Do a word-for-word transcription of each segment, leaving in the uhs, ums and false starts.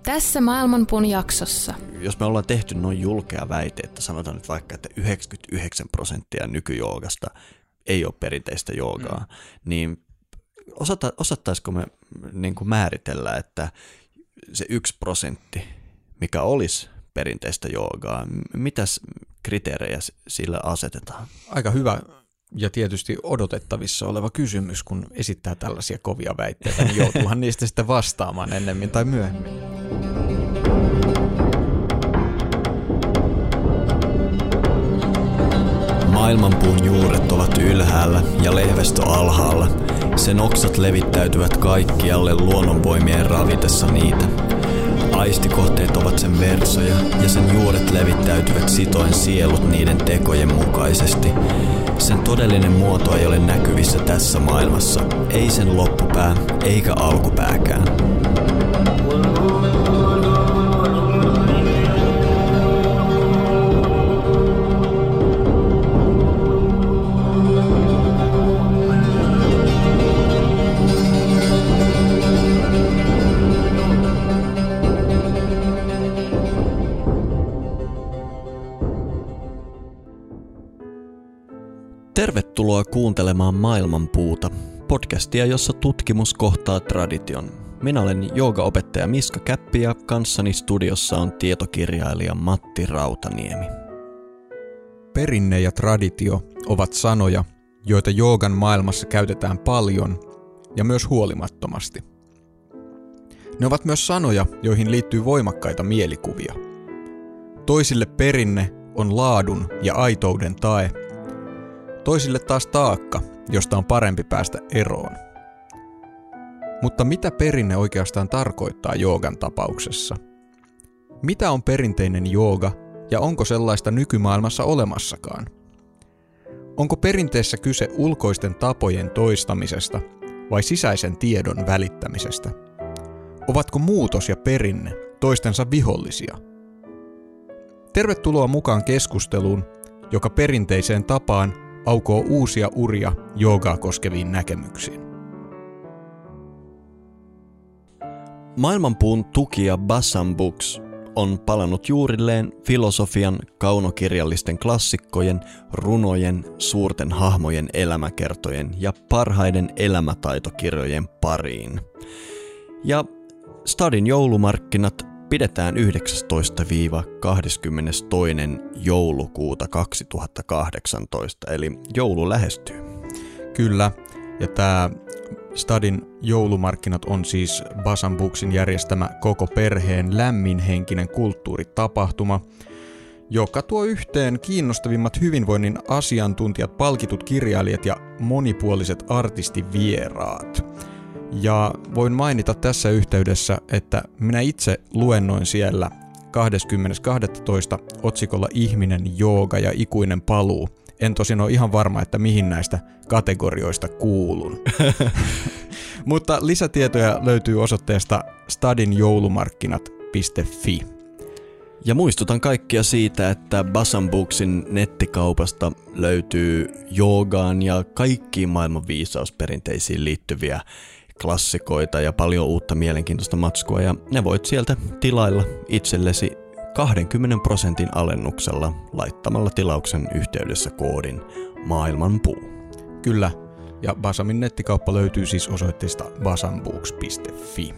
Tässä Maailmanpuun jaksossa. Jos me ollaan tehty noin julkea väite, että sanotaan nyt vaikka, että yhdeksänkymmentäyhdeksän prosenttia nykyjoogasta ei ole perinteistä joogaa, mm. niin osata, osattaisiko me niin kuin määritellä, että se yksi prosentti, mikä olisi perinteistä joogaa, mitäs kriteerejä sillä asetetaan? Aika hyvä ja tietysti odotettavissa oleva kysymys, kun esittää tällaisia kovia väitteitä, niin joutuuhan niistä sitten vastaamaan ennemmin tai myöhemmin. Maailmanpuun juuret ovat ylhäällä ja lehvästö alhaalla. Sen oksat levittäytyvät kaikkialle luonnonvoimien ravitessa niitä. Aistikohteet ovat sen versoja ja sen juuret levittäytyvät sitoen sielut niiden tekojen mukaisesti. Sen todellinen muoto ei ole näkyvissä tässä maailmassa, ei sen loppupää eikä alkupääkään. Tervetuloa kuuntelemaan Maailmanpuuta, podcastia, jossa tutkimus kohtaa tradition. Minä olen joogaopettaja Miska Käppi ja kanssani studiossa on tietokirjailija Matti Rautaniemi. Perinne ja traditio ovat sanoja, joita joogan maailmassa käytetään paljon ja myös huolimattomasti. Ne ovat myös sanoja, joihin liittyy voimakkaita mielikuvia. Toisille perinne on laadun ja aitouden tae, toisille taas taakka, josta on parempi päästä eroon. Mutta mitä perinne oikeastaan tarkoittaa joogan tapauksessa? Mitä on perinteinen jooga ja onko sellaista nykymaailmassa olemassakaan? Onko perinteessä kyse ulkoisten tapojen toistamisesta vai sisäisen tiedon välittämisestä? Ovatko muutos ja perinne toistensa vihollisia? Tervetuloa mukaan keskusteluun, joka perinteiseen tapaan aukoo uusia uria joogaa koskeviin näkemyksiin. Maailmanpuun tukija Basam Books on palannut juurilleen filosofian, kaunokirjallisten klassikkojen, runojen, suurten hahmojen elämäkertojen ja parhaiden elämätaitokirjojen pariin. Ja Stadin joulumarkkinat pidetään yhdeksästoista kahdeskymmenestoinen joulukuuta kaksituhattakahdeksantoista, eli joulu lähestyy. Kyllä, ja tämä Stadin joulumarkkinat on siis Basam Booksin järjestämä koko perheen lämminhenkinen kulttuuritapahtuma, joka tuo yhteen kiinnostavimmat hyvinvoinnin asiantuntijat, palkitut kirjailijat ja monipuoliset artistivieraat. Ja voin mainita tässä yhteydessä, että minä itse luennoin siellä kahdeskymmenes toinen otsikolla Ihminen, jooga ja ikuinen paluu. En tosin ole ihan varma, että mihin näistä kategorioista kuulun. Mutta lisätietoja löytyy osoitteesta stadin joulumarkkinat piste fi. Ja muistutan kaikkia siitä, että Basam Booksin nettikaupasta löytyy joogaan ja kaikkiin maailman viisausperinteisiin liittyviä klassikoita ja paljon uutta mielenkiintoista matskua, ja ne voit sieltä tilailla itsellesi kaksikymmentä prosentin alennuksella laittamalla tilauksen yhteydessä koodin Maailmanpuu. Kyllä, ja Basamin nettikauppa löytyy siis osoitteesta basambooks piste fi.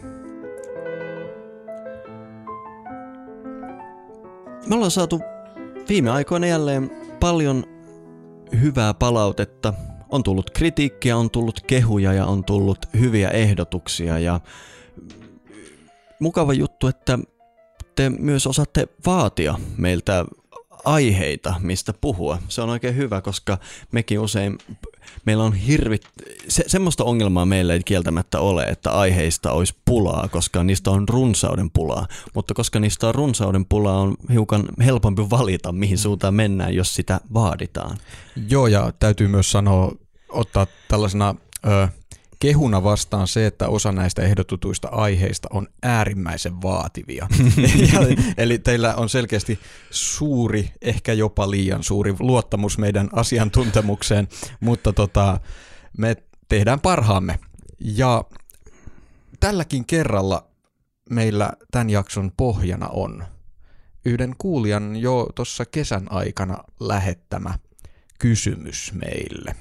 Me ollaan saatu viime aikoina jälleen paljon hyvää palautetta. On tullut kritiikkiä, on tullut kehuja ja on tullut hyviä ehdotuksia, ja mukava juttu, että te myös osaatte vaatia meiltä aiheita, mistä puhua. Se on oikein hyvä, koska mekin usein, meillä on hirvit, se, semmoista ongelmaa meillä ei kieltämättä ole, että aiheista olisi pulaa, koska niistä on runsauden pulaa, mutta koska niistä on runsauden pulaa, on hiukan helpompi valita, mihin suuntaan mennään, jos sitä vaaditaan. Joo, ja täytyy myös sanoa, ottaa tällaisena ö, kehuna vastaan se, että osa näistä ehdotetuista aiheista on äärimmäisen vaativia. Eli teillä on selkeästi suuri, ehkä jopa liian suuri luottamus meidän asiantuntemukseen, mutta tota, me tehdään parhaamme. Ja tälläkin kerralla meillä tämän jakson pohjana on yhden kuulijan jo tuossa kesän aikana lähettämä kysymys meille.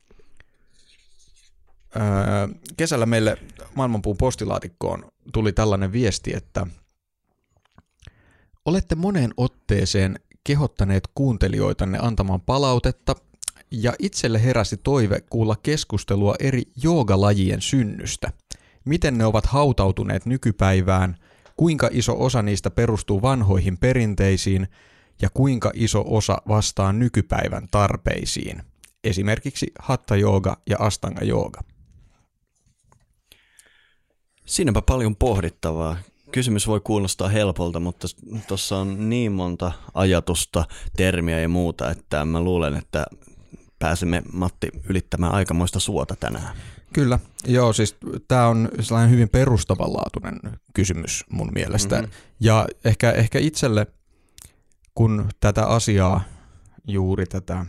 Öö, kesällä meille Maailmanpuun postilaatikkoon tuli tällainen viesti, että olette moneen otteeseen kehottaneet kuuntelijoitanne antamaan palautetta ja itselle heräsi toive kuulla keskustelua eri joogalajien synnystä. Miten ne ovat hautautuneet nykypäivään, kuinka iso osa niistä perustuu vanhoihin perinteisiin ja kuinka iso osa vastaa nykypäivän tarpeisiin. Esimerkiksi hatha jooga ja astanga jooga. Siinäpä paljon pohdittavaa. Kysymys voi kuulostaa helpolta, mutta tuossa on niin monta ajatusta, termiä ja muuta, että mä luulen, että pääsemme, Matti, ylittämään aikamoista suota tänään. Kyllä, joo, siis tämä on sellainen hyvin perustavanlaatuinen kysymys mun mielestä. Mm-hmm. Ja ehkä, ehkä itselle, kun tätä asiaa, juuri tätä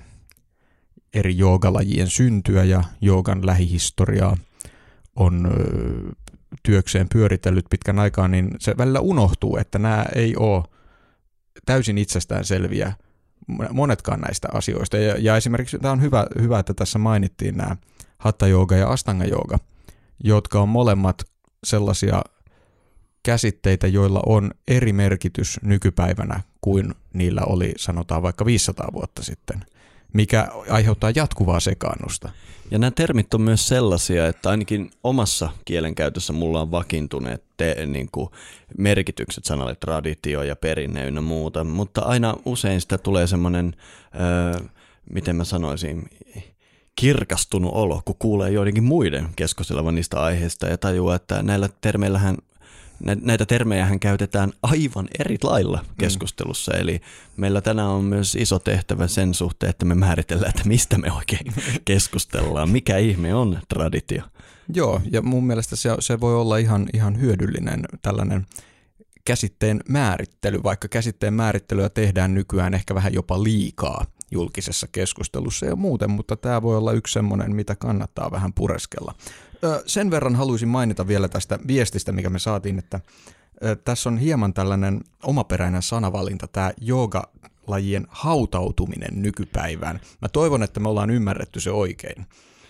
eri joogalajien syntyä ja joogan lähihistoriaa on työkseen pyöritellyt pitkän aikaa, niin se välillä unohtuu, että nämä ei ole täysin itsestään selviä monetkaan näistä asioista. Ja, ja esimerkiksi tämä on hyvä, hyvä, että tässä mainittiin nämä hatha jooga ja astanga jooga, jotka on molemmat sellaisia käsitteitä, joilla on eri merkitys nykypäivänä kuin niillä oli, sanotaan vaikka viisisataa vuotta sitten, mikä aiheuttaa jatkuvaa sekaannusta. Ja nämä termit on myös sellaisia, että ainakin omassa kielenkäytössä mulla on vakiintuneet te, niin kuin merkitykset sanalle traditio ja perinne ynnä muuta, mutta aina usein sitä tulee semmoinen, öö, miten mä sanoisin, kirkastunut olo, kun kuulee joidenkin muiden keskustelevan niistä aiheista ja tajuaa, että näillä termeillähän näitä termejähän käytetään aivan eri lailla keskustelussa, mm. eli meillä tänään on myös iso tehtävä sen suhteen, että me määritellään, että mistä me oikein keskustellaan, mikä ihme on traditio. Joo, ja mun mielestä se, se voi olla ihan, ihan hyödyllinen tällainen käsitteen määrittely, vaikka käsitteen määrittelyä tehdään nykyään ehkä vähän jopa liikaa julkisessa keskustelussa ja muuten, mutta tämä voi olla yksi semmoinen, mitä kannattaa vähän pureskella. Sen verran haluaisin mainita vielä tästä viestistä, mikä me saatiin, että tässä on hieman tällainen omaperäinen sanavalinta, tämä joogalajien hautautuminen nykypäivään. Mä toivon, että me ollaan ymmärretty se oikein.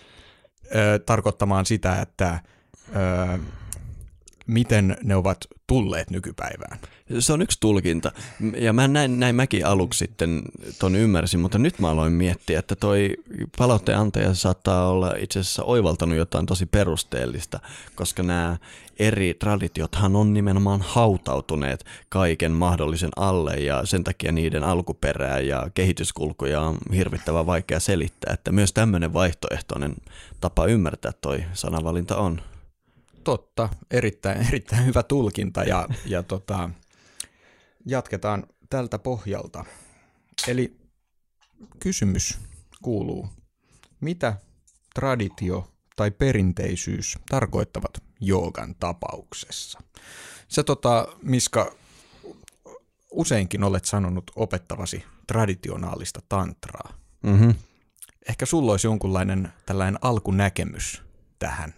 Tarkoittamaan sitä, että miten ne ovat tulleet nykypäivään. Se on yksi tulkinta. Ja mä näin, näin mäkin aluksi sitten ton ymmärsin, mutta nyt mä aloin miettiä, että toi palautteen antaja saattaa olla itse asiassa oivaltanut jotain tosi perusteellista, koska nämä eri traditiothan on nimenomaan hautautuneet kaiken mahdollisen alle ja sen takia niiden alkuperää ja kehityskulkuja on hirvittävän vaikea selittää, että myös tämmöinen vaihtoehtoinen tapa ymmärtää toi sanavalinta on. Totta, erittäin, erittäin hyvä tulkinta ja, ja tota, jatketaan tältä pohjalta. Eli kysymys kuuluu, mitä traditio tai perinteisyys tarkoittavat joogan tapauksessa? Sä tota, Miska, useinkin olet sanonut opettavasi traditionaalista tantraa. Mm-hmm. Ehkä sulla olisi jonkunlainen tällainen alkunäkemys tähän.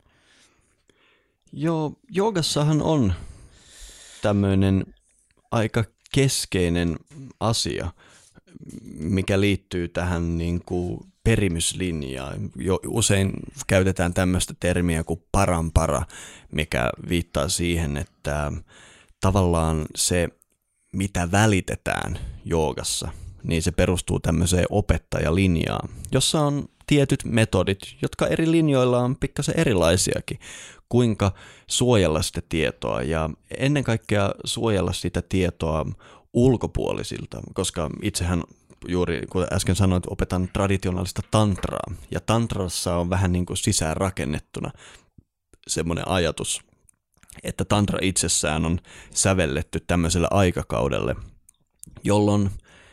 Joo, joogassahan on tämmöinen aika keskeinen asia, mikä liittyy tähän niin kuin perimyslinjaan. Jo usein käytetään tämmöistä termiä kuin parampara, mikä viittaa siihen, että tavallaan se, mitä välitetään joogassa, niin se perustuu tämmöiseen opettajalinjaan, jossa on tietyt metodit, jotka eri linjoilla on pikkasen erilaisiakin, kuinka suojella sitä tietoa ja ennen kaikkea suojella sitä tietoa ulkopuolisilta, koska itsehän juuri, kuten äsken sanoin, opetan traditionaalista tantraa ja tantrassa on vähän niin kuin sisään rakennettuna semmoinen ajatus, että tantra itsessään on sävelletty tämmöiselle aikakaudelle, jolloin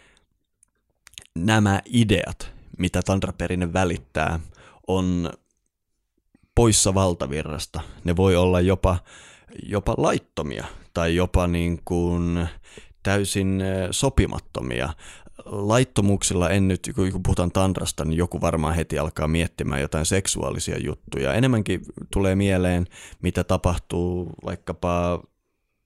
nämä ideat, mitä tantraperinne välittää, on poissa valtavirrasta. Ne voi olla jopa, jopa laittomia tai jopa niin kuin täysin sopimattomia. Laittomuuksilla en nyt, kun puhutaan tantrasta, niin joku varmaan heti alkaa miettimään jotain seksuaalisia juttuja. Enemmänkin tulee mieleen, mitä tapahtuu vaikkapa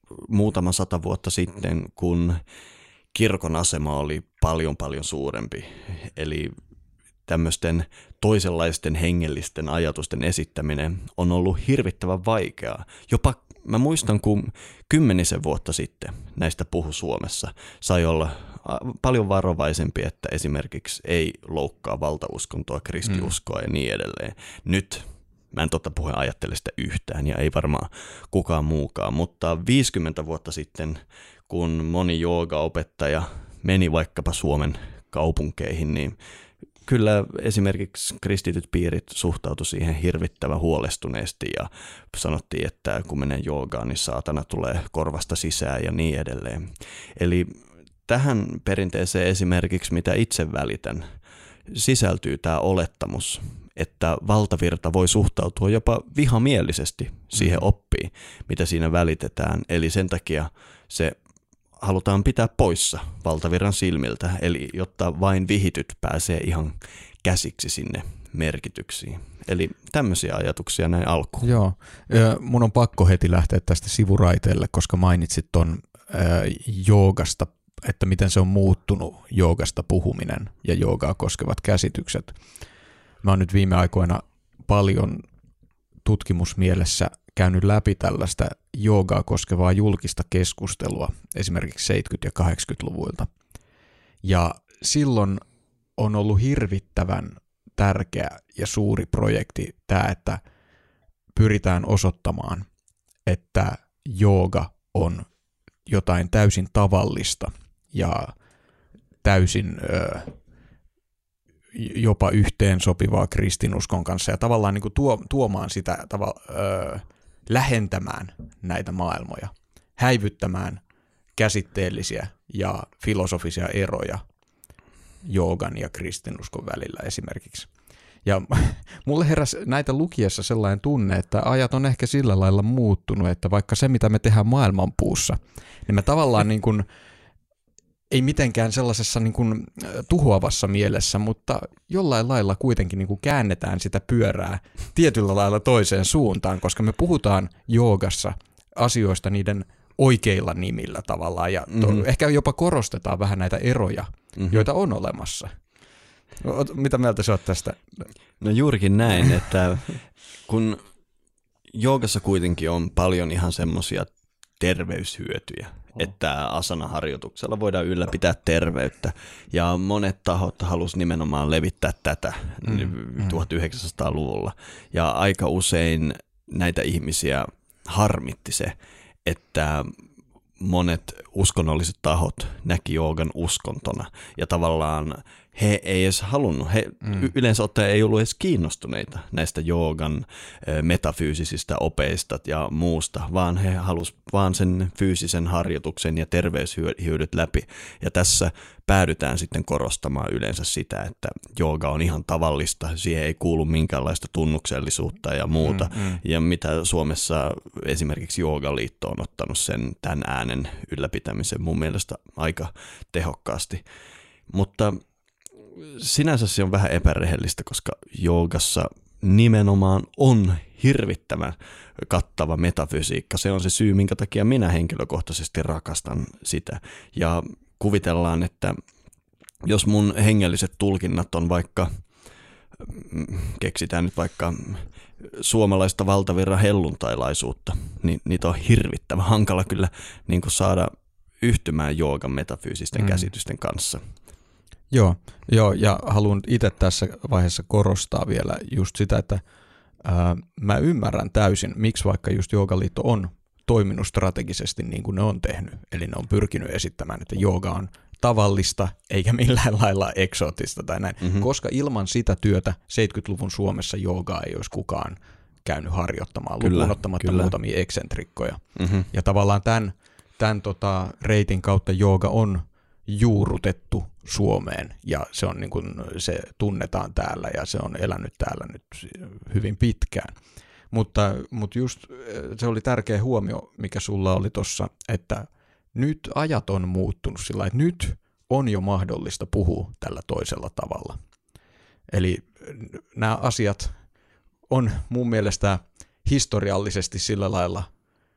muutama sata vuotta sitten, kun kirkon asema oli paljon paljon suurempi. Eli tämmöisten toisenlaisten hengellisten ajatusten esittäminen on ollut hirvittävän vaikeaa. Jopa mä muistan, kun kymmenisen vuotta sitten näistä puhu Suomessa, sai olla paljon varovaisempi, että esimerkiksi ei loukkaa valtauskontoa, kristiuskoa ja niin edelleen. Nyt mä en totta puheen ajattele sitä yhtään ja ei varmaan kukaan muukaan, mutta viisikymmentä vuotta sitten, kun moni joogaopettaja meni vaikkapa Suomen kaupunkeihin, niin kyllä esimerkiksi kristityt piirit suhtautui siihen hirvittävän huolestuneesti ja sanottiin, että kun menee joogaan, niin saatana tulee korvasta sisään ja niin edelleen. Eli tähän perinteeseen esimerkiksi, mitä itse välitän, sisältyy tämä olettamus, että valtavirta voi suhtautua jopa vihamielisesti siihen oppiin, mitä siinä välitetään. Eli sen takia se halutaan pitää poissa valtavirran silmiltä, eli jotta vain vihityt pääsee ihan käsiksi sinne merkityksiin. Eli tämmöisiä ajatuksia näin alkuun. Joo, mun on pakko heti lähteä tästä sivuraiteelle, koska mainitsit ton joogasta, että miten se on muuttunut joogasta puhuminen ja joogaa koskevat käsitykset. Mä oon nyt viime aikoina paljon tutkimusmielessä käynyt läpi tällaista joogaa koskevaa julkista keskustelua esimerkiksi seitsemänkymmentä- ja kahdeksankymmentäluvuilta. Ja silloin on ollut hirvittävän tärkeä ja suuri projekti tämä, että pyritään osoittamaan, että jooga on jotain täysin tavallista ja täysin ö, jopa yhteen sopivaa kristinuskon kanssa ja tavallaan niin kuin tuo, tuomaan sitä tavalla, ö, lähentämään näitä maailmoja, häivyttämään käsitteellisiä ja filosofisia eroja joogan ja kristinuskon välillä esimerkiksi. Ja mulle heräsi näitä lukiessa sellainen tunne, että ajat on ehkä sillä lailla muuttunut, että vaikka se, mitä me tehdään maailmanpuussa, niin me tavallaan niin kuin, ei mitenkään sellaisessa niin kuin tuhoavassa mielessä, mutta jollain lailla kuitenkin niin kuin käännetään sitä pyörää tietyllä lailla toiseen suuntaan, koska me puhutaan joogassa asioista niiden oikeilla nimillä tavallaan, ja to, mm-hmm. ehkä jopa korostetaan vähän näitä eroja, mm-hmm. joita on olemassa. Mitä mieltä sä oot tästä? No juurikin näin, että kun joogassa kuitenkin on paljon ihan semmoisia terveyshyötyjä, että asana-harjoituksella voidaan ylläpitää terveyttä, ja monet tahot halusi nimenomaan levittää tätä mm, tuhatyhdeksänsataaluvulla, ja aika usein näitä ihmisiä harmitti se, että monet uskonnolliset tahot näki joogan uskontona, ja tavallaan he ei edes halunnut, he mm. yleensä ottaen ei ollut edes kiinnostuneita näistä joogan metafyysisistä opeista ja muusta, vaan he halusivat vaan sen fyysisen harjoituksen ja terveyshyödyt läpi. Ja tässä päädytään sitten korostamaan yleensä sitä, että jooga on ihan tavallista, siihen ei kuulu minkäänlaista tunnuksellisuutta ja muuta. Mm, mm. Ja mitä Suomessa esimerkiksi Joogaliitto on ottanut sen tämän äänen ylläpitämisen mun mielestä aika tehokkaasti. Mutta sinänsä se on vähän epärehellistä, koska joogassa nimenomaan on hirvittävän kattava metafysiikka. Se on se syy, minkä takia minä henkilökohtaisesti rakastan sitä. Ja kuvitellaan, että jos mun hengelliset tulkinnat on vaikka, keksitään nyt vaikka suomalaista valtavirran helluntailaisuutta, niin niitä on hirvittävän hankala kyllä niin kuin saada yhtymään joogan metafyysisten mm. käsitysten kanssa. Joo, joo, ja haluan itse tässä vaiheessa korostaa vielä just sitä, että ää, mä ymmärrän täysin, miksi vaikka just Joogaliitto on toiminut strategisesti niin kuin ne on tehnyt. Eli ne on pyrkinyt esittämään, että jooga on tavallista eikä millään lailla eksoottista tai näin, mm-hmm. koska ilman sitä työtä seitsemänkymmentäluvun Suomessa joogaa ei olisi kukaan käynyt harjoittamaan, lukuun ottamatta muutamia eksentrikkoja. Mm-hmm. Ja tavallaan tämän, tämän tota, reitin kautta jooga on juurrutettu Suomeen ja se, on niin kuin, se tunnetaan täällä ja se on elänyt täällä nyt hyvin pitkään. Mutta, mutta just se oli tärkeä huomio, mikä sulla oli tuossa, että nyt ajat on muuttunut sillä, että nyt on jo mahdollista puhua tällä toisella tavalla. Eli nämä asiat on mun mielestä historiallisesti sillä lailla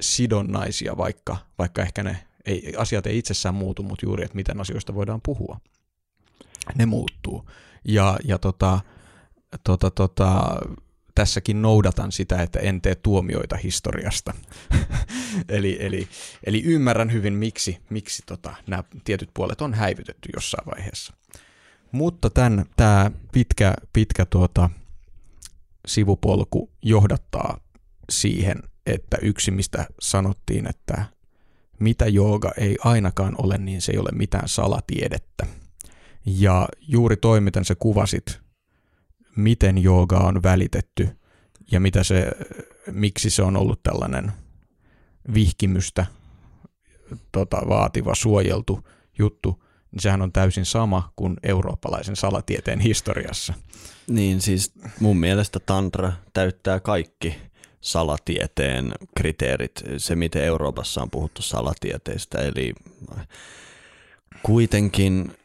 sidonnaisia, vaikka, vaikka ehkä ne ei, asiat ei itsessään muutu, mutta juuri, että miten asioista voidaan puhua. Ne muuttuu. Ja, ja tota, tota, tota, tässäkin noudatan sitä, että en tee tuomioita historiasta. eli, eli, eli ymmärrän hyvin, miksi, miksi tota, nämä tietyt puolet on häivytetty jossain vaiheessa. Mutta tämä pitkä, pitkä tuota, sivupolku johdattaa siihen, että yksi, mistä sanottiin, että mitä jooga ei ainakaan ole, niin se ei ole mitään salatiedettä. Ja juuri toi, miten sä kuvasit, miten jooga on välitetty ja mitä se, miksi se on ollut tällainen vihkimystä tota, vaativa, suojeltu juttu, niin sehän on täysin sama kuin eurooppalaisen salatieteen historiassa. Niin siis mun mielestä tantra täyttää kaikki salatieteen kriteerit, se miten Euroopassa on puhuttu salatieteistä, eli kuitenkin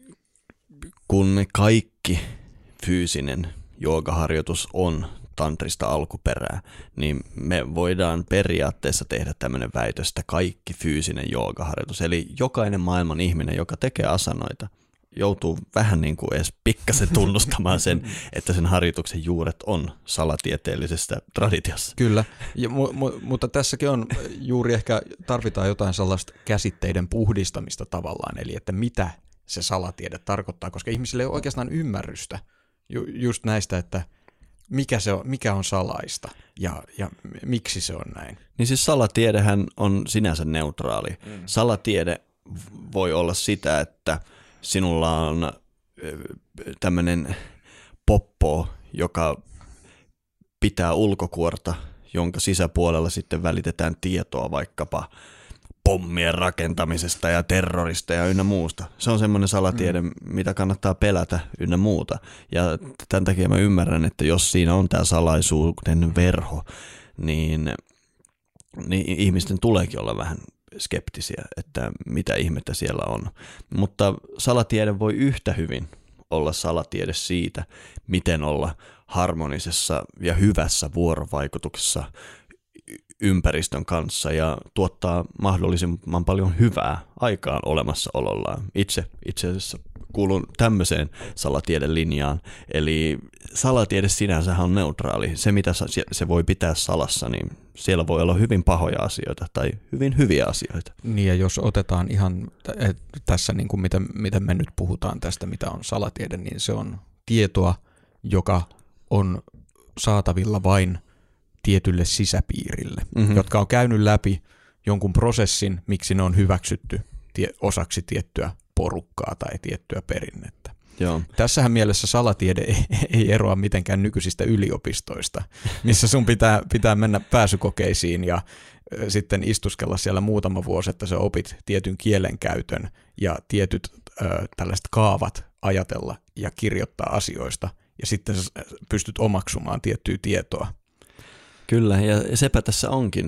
kun kaikki fyysinen joogaharjoitus on tantrista alkuperää, niin me voidaan periaatteessa tehdä tämmöinen väitös, että kaikki fyysinen joogaharjoitus, eli jokainen maailman ihminen, joka tekee asanoita, joutuu vähän niin kuin edes pikkasen tunnustamaan sen, että sen harjoituksen juuret on salatieteellisestä traditiossa. Kyllä, ja, mu, mu, mutta tässäkin on juuri ehkä tarvitaan jotain sellaista käsitteiden puhdistamista tavallaan, eli että mitä se salatiede tarkoittaa, koska ihmisille ei ole oikeastaan ymmärrystä ju, just näistä, että mikä, se on, mikä on salaista ja, ja miksi se on näin. Niin siis salatiedehän on sinänsä neutraali. Mm. Salatiede voi olla sitä, että sinulla on tämmöinen poppo, joka pitää ulkokuorta, jonka sisäpuolella sitten välitetään tietoa vaikkapa pommien rakentamisesta ja terrorista ja ynnä muusta. Se on semmoinen salatiede, mm. mitä kannattaa pelätä ynnä muuta. Ja tämän takia mä ymmärrän, että jos siinä on tämä salaisuuden verho, niin, niin ihmisten tuleekin olla vähän skeptisiä, että mitä ihmettä siellä on. Mutta salatiede voi yhtä hyvin olla salatiede siitä, miten olla harmonisessa ja hyvässä vuorovaikutuksessa ympäristön kanssa ja tuottaa mahdollisimman paljon hyvää aikaan olemassaolollaan. Itse itse asiassa kuulun tämmöiseen salatiedelinjaan, eli salatiede sinänsä on neutraali. Se, mitä se voi pitää salassa, niin siellä voi olla hyvin pahoja asioita tai hyvin hyviä asioita. Niin ja jos otetaan ihan t- tässä, niin kuin miten, miten me nyt puhutaan tästä, mitä on salatiede, niin se on tietoa, joka on saatavilla vain tietylle sisäpiirille, mm-hmm. jotka on käynyt läpi jonkun prosessin, miksi ne on hyväksytty tie- osaksi tiettyä porukkaa tai tiettyä perinnettä. Joo. Tässähän mielessä salatiede ei, ei eroa mitenkään nykyisistä yliopistoista, missä sun pitää, pitää mennä pääsykokeisiin ja ö, sitten istuskella siellä muutama vuosi, että sä opit tietyn kielenkäytön ja tietyt ö, tällaiset kaavat ajatella ja kirjoittaa asioista ja sitten sä pystyt omaksumaan tiettyä tietoa. Kyllä, ja sepä tässä onkin.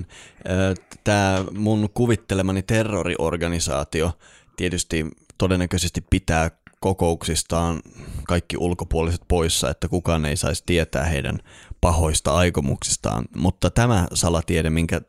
Tämä mun kuvittelemani terroriorganisaatio tietysti todennäköisesti pitää kokouksistaan kaikki ulkopuoliset poissa, että kukaan ei saisi tietää heidän pahoista aikomuksistaan. Mutta tämä salatiede, minkä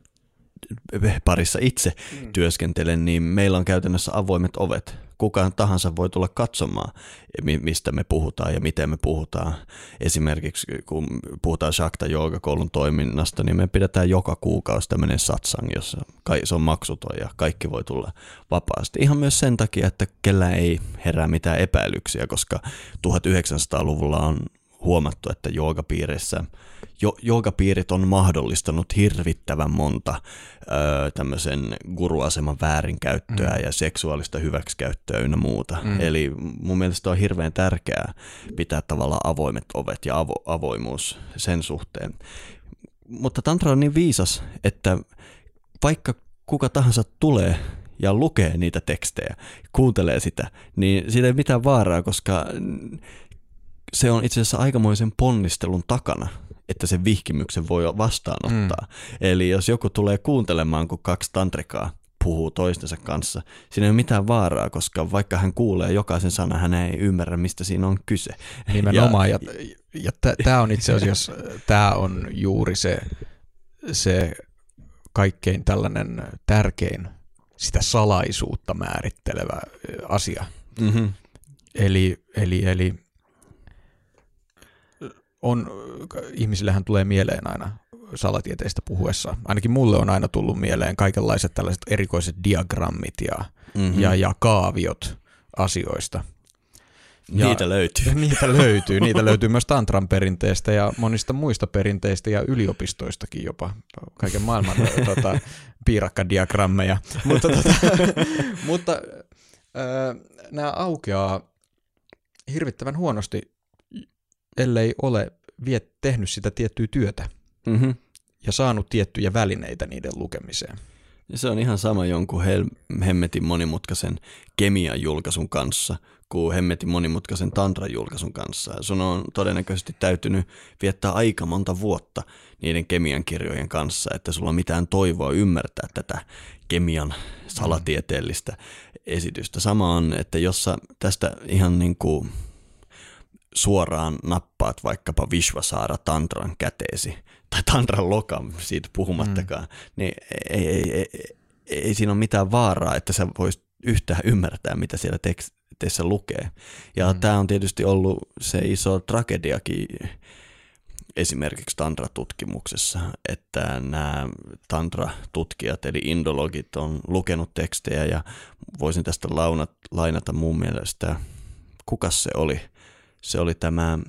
parissa itse mm. työskentelen, niin meillä on käytännössä avoimet ovet. Kukaan tahansa voi tulla katsomaan, mistä me puhutaan ja miten me puhutaan. Esimerkiksi kun puhutaan Shakta Joogakoulun toiminnasta, niin me pidetään joka kuukausi tämmöinen satsang, jossa se on maksuton ja kaikki voi tulla vapaasti. Ihan myös sen takia, että kellään ei herää mitään epäilyksiä, koska tuhatyhdeksänsataaluvulla on huomattu, että joogapiireissä Jo, joogapiirit on mahdollistanut hirvittävän monta ö, tämmöisen guruaseman väärinkäyttöä mm. ja seksuaalista hyväksikäyttöä ynnä muuta. Mm. Eli mun mielestä on hirveän tärkeää pitää tavallaan avoimet ovet ja avo, avoimuus sen suhteen. Mutta tantra on niin viisas, että vaikka kuka tahansa tulee ja lukee niitä tekstejä, kuuntelee sitä, niin siitä ei mitään vaaraa, koska se on itse asiassa aikamoisen ponnistelun takana, että sen vihkimyksen voi vastaanottaa. Mm. Eli jos joku tulee kuuntelemaan, kun kaksi tantrikaa puhuu toistensa kanssa, siinä ei ole mitään vaaraa, koska vaikka hän kuulee jokaisen sanan, hän ei ymmärrä, mistä siinä on kyse. Nimenomaan, ja, ja, ja tämä on itse asiassa, tämä on juuri se, se kaikkein tällainen tärkein sitä salaisuutta määrittelevä asia. Mm-hmm. Eli, eli, eli on, ihmisillähän tulee mieleen aina salatieteistä puhuessa. Ainakin mulle on aina tullut mieleen kaikenlaiset tällaiset erikoiset diagrammit ja, mm-hmm. ja, ja kaaviot asioista. Ja niitä löytyy. Niitä löytyy. Niitä löytyy myös tantran perinteestä ja monista muista perinteistä ja yliopistoistakin jopa. Kaiken maailman tuota, piirakkadiagrammeja. mutta tuota, mutta äh, nämä aukeaa hirvittävän huonosti, ellei ole viet, tehnyt sitä tiettyä työtä mm-hmm. ja saanut tiettyjä välineitä niiden lukemiseen. Ja se on ihan sama jonkun hel- hemmetin monimutkaisen kemian julkaisun kanssa kuin hemmetin monimutkaisen tantran julkaisun kanssa. Ja sun on todennäköisesti täytynyt viettää aika monta vuotta niiden kemian kirjojen kanssa, että sulla on mitään toivoa ymmärtää tätä kemian salatieteellistä esitystä. Sama on, että jos sä tästä ihan niin kuin suoraan nappaat vaikkapa Vishvasaara tantran käteesi, tai tantran lokan, siitä puhumattakaan, mm. niin ei, ei, ei, ei, ei siinä ole mitään vaaraa, että sä voisit yhtään ymmärtää, mitä siellä teksteissä lukee. Ja mm. tämä on tietysti ollut se iso tragediakin esimerkiksi tantratutkimuksessa, että nämä tantratutkijat eli indologit on lukenut tekstejä ja voisin tästä launat, lainata mun mielestä, kukas se oli? Se oli tämä,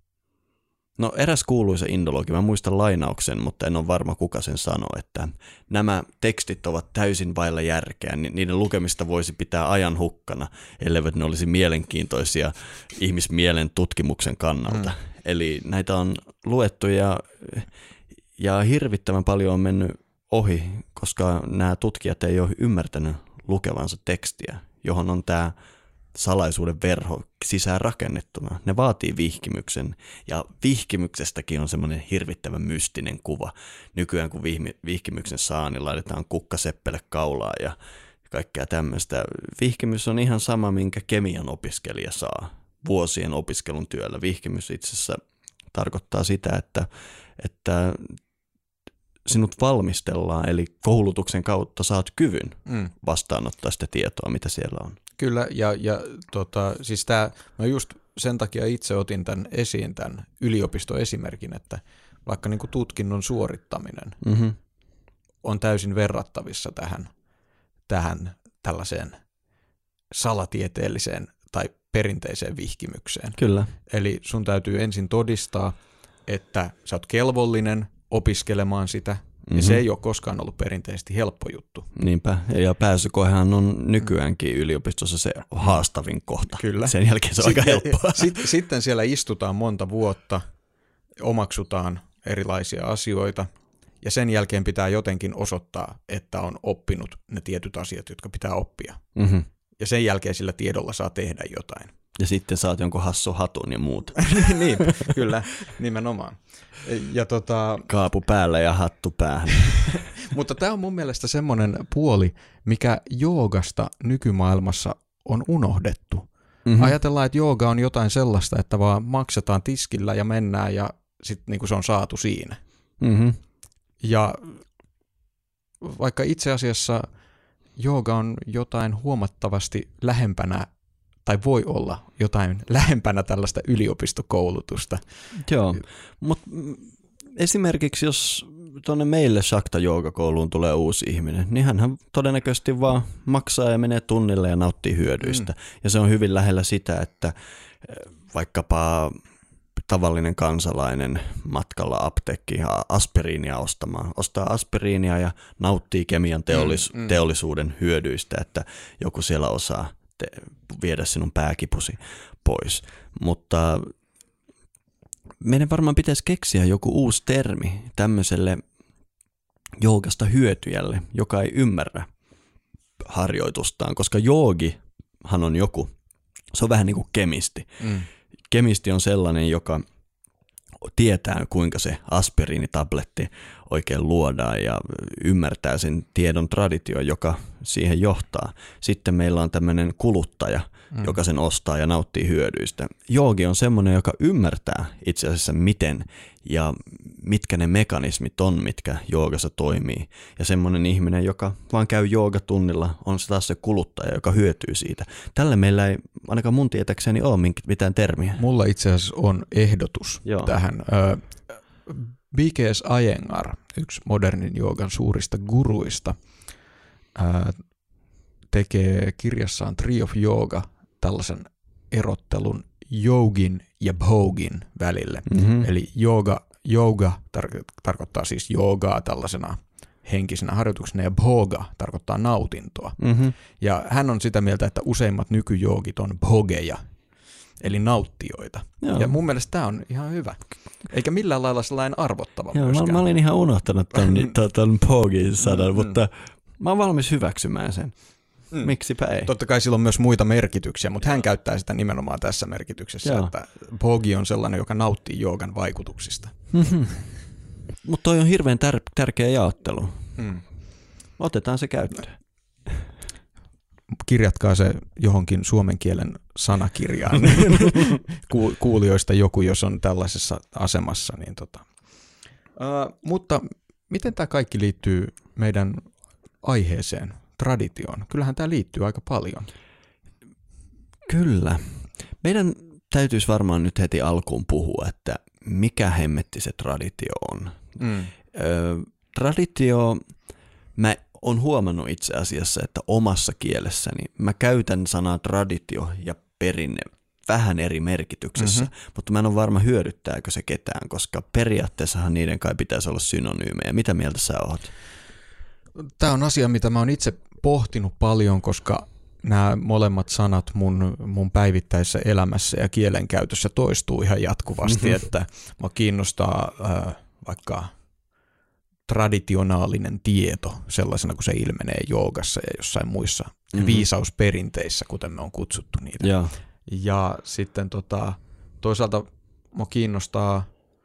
no eräs kuuluisa indologi, mä muistan lainauksen, mutta en ole varma kuka sen sanoo, että nämä tekstit ovat täysin vailla järkeä, niin niiden lukemista voisi pitää ajan hukkana, elleivät ne olisi mielenkiintoisia ihmismielen tutkimuksen kannalta. Mm. Eli näitä on luettu ja, ja hirvittävän paljon on mennyt ohi, koska nämä tutkijat ei ole ymmärtänyt lukevansa tekstiä, johon on tämä salaisuuden verho sisään rakennettuna. Ne vaatii vihkimyksen ja vihkimyksestäkin on semmoinen hirvittävän mystinen kuva. Nykyään kun vihkimyksen saa, niin laitetaan kukkaseppele kaulaa ja kaikkea tämmöistä. Vihkimys on ihan sama, minkä kemian opiskelija saa vuosien opiskelun työllä. Vihkimys itse asiassa tarkoittaa sitä, että, että sinut valmistellaan, eli koulutuksen kautta saat kyvyn mm. vastaanottaa sitä tietoa, mitä siellä on. Kyllä, ja, ja tota, siis tää, mä just sen takia itse otin tämän esiin, tämän yliopistoesimerkin, että vaikka niin kuin tutkinnon suorittaminen mm-hmm. on täysin verrattavissa tähän, tähän tällaiseen salatieteelliseen tai perinteiseen vihkimykseen. Kyllä. Eli sun täytyy ensin todistaa, että sä oot kelvollinen opiskelemaan sitä, mm-hmm. ja se ei ole koskaan ollut perinteisesti helppo juttu. Niinpä, ja pääsykoehan on nykyäänkin yliopistossa se haastavin kohta. Kyllä. Sen jälkeen se on aika helppoa. Sitten, sitten siellä istutaan monta vuotta, omaksutaan erilaisia asioita, ja sen jälkeen pitää jotenkin osoittaa, että on oppinut ne tietyt asiat, jotka pitää oppia. Mm-hmm. Ja sen jälkeen sillä tiedolla saa tehdä jotain. Ja sitten saat jonkun hassu hatun ja muuta. Niin, kyllä, nimenomaan. Ja tota... Kaapu päällä ja hattu päähän. Mutta tämä on mun mielestä semmoinen puoli, mikä joogasta nykymaailmassa on unohdettu. Mm-hmm. Ajatellaan, että jooga on jotain sellaista, että vaan maksetaan tiskillä ja mennään ja sitten niinku se on saatu siinä. Mm-hmm. Ja vaikka itse asiassa jooga on jotain huomattavasti lähempänä, tai voi olla jotain lähempänä tällaista yliopistokoulutusta. Joo, mutta esimerkiksi jos tuonne meille Shakta-joogakouluun tulee uusi ihminen, niin hänhän todennäköisesti vaan maksaa ja menee tunnille ja nauttii hyödyistä. Mm. Ja se on hyvin lähellä sitä, että vaikkapa tavallinen kansalainen matkalla apteekkiin aspiriinia ostamaan, ostaa aspiriinia ja nauttii kemian teollis- mm, mm. teollisuuden hyödyistä, että joku siellä osaa te- viedä sinun pääkipusi pois. Mutta meidän varmaan pitäisi keksiä joku uusi termi tämmöiselle joogasta hyötyjälle, joka ei ymmärrä harjoitustaan, koska joogihan on joku, se on vähän niin kuin kemisti. Mm. Kemisti on sellainen, joka tietää, kuinka se aspiriinitabletti oikein luodaan ja ymmärtää sen tiedon traditio, joka siihen johtaa. Sitten meillä on tämmöinen kuluttaja, mm. joka sen ostaa ja nauttii hyödyistä. Joogi on semmoinen, joka ymmärtää itse asiassa miten ja mitkä ne mekanismit on, mitkä joogassa toimii. Ja semmoinen ihminen, joka vaan käy joogatunnilla, on se taas se kuluttaja, joka hyötyy siitä. Tälle meillä ei ainakaan mun tietääkseni ole mitään termiä. Mulla itse asiassa on ehdotus Joo. tähän. B K S Iyengar, yksi modernin joogan suurista guruista, tekee kirjassaan Tree of Yoga tällaisen erottelun yogin ja bhogin välille. Mm-hmm. Eli yoga, yoga tar- tarkoittaa siis joogaa tällaisena henkisenä harjoituksena ja bhoga tarkoittaa nautintoa. Mm-hmm. Ja hän on sitä mieltä, että useimmat nykyjoogit on bhogeja, eli nauttijoita. Joo. Ja mun mielestä tämä on ihan hyvä. Eikä millään lailla sellainen arvottava Joo, myöskään. Mä, mä olin ihan unohtanut ton, ton bhogin sanan, mm-hmm. mutta mä oon valmis hyväksymään sen. Mm. Miksipä ei? Totta kai sillä on myös muita merkityksiä, mutta hän käyttää sitä nimenomaan tässä merkityksessä, Joo. että bhogi on sellainen, joka nauttii joogan vaikutuksista. Mm-hmm. Mutta toi on hirveän tär- tärkeä jaottelu. Mm. Otetaan se käyttöön. Kirjatkaa se johonkin suomen kielen sanakirjaan kuulijoista joku, jos on tällaisessa asemassa. Niin tota. uh, mutta miten tämä kaikki liittyy meidän aiheeseen? Traditioon. Kyllähän tämä liittyy aika paljon. Kyllä. Meidän täytyisi varmaan nyt heti alkuun puhua, että mikä hemmetti se traditio on. Mm. Ö, traditio, mä oon huomannut itse asiassa, että omassa kielessäni mä käytän sanaa traditio ja perinne vähän eri merkityksessä, mm-hmm. mutta mä en ole varma hyödyttääkö se ketään, koska periaatteessahan niiden kai pitäisi olla synonyymejä. Mitä mieltä sä oot? Tämä on asia, mitä mä oon itse pohtinut paljon, koska nämä molemmat sanat mun, mun päivittäisessä elämässä ja kielenkäytössä toistuu ihan jatkuvasti, mm-hmm. että mä kiinnostaa äh, vaikka traditionaalinen tieto sellaisena kuin se ilmenee joogassa ja jossain muissa mm-hmm. viisausperinteissä, kuten me on kutsuttu niitä. Ja, ja sitten tota, toisaalta mä kiinnostaa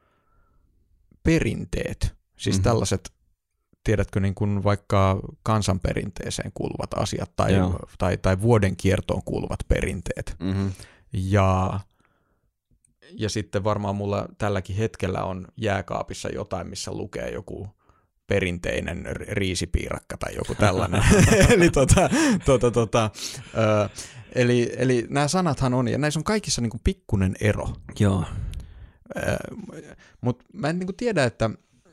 perinteet, siis mm-hmm. tällaiset tiedätkö, niin kuin vaikka kansanperinteeseen kuuluvat asiat tai, tai, tai vuoden kiertoon kuuluvat perinteet. Mm-hmm. Ja, ja sitten varmaan mulla tälläkin hetkellä on jääkaapissa jotain, missä lukee joku perinteinen riisipiirakka tai joku tällainen. eli, tota, tota, tota, ö, eli, eli nämä sanathan on, ja näissä on kaikissa niin kuin pikkunen ero. Joo. Mutta mä en niin kuin tiedä, että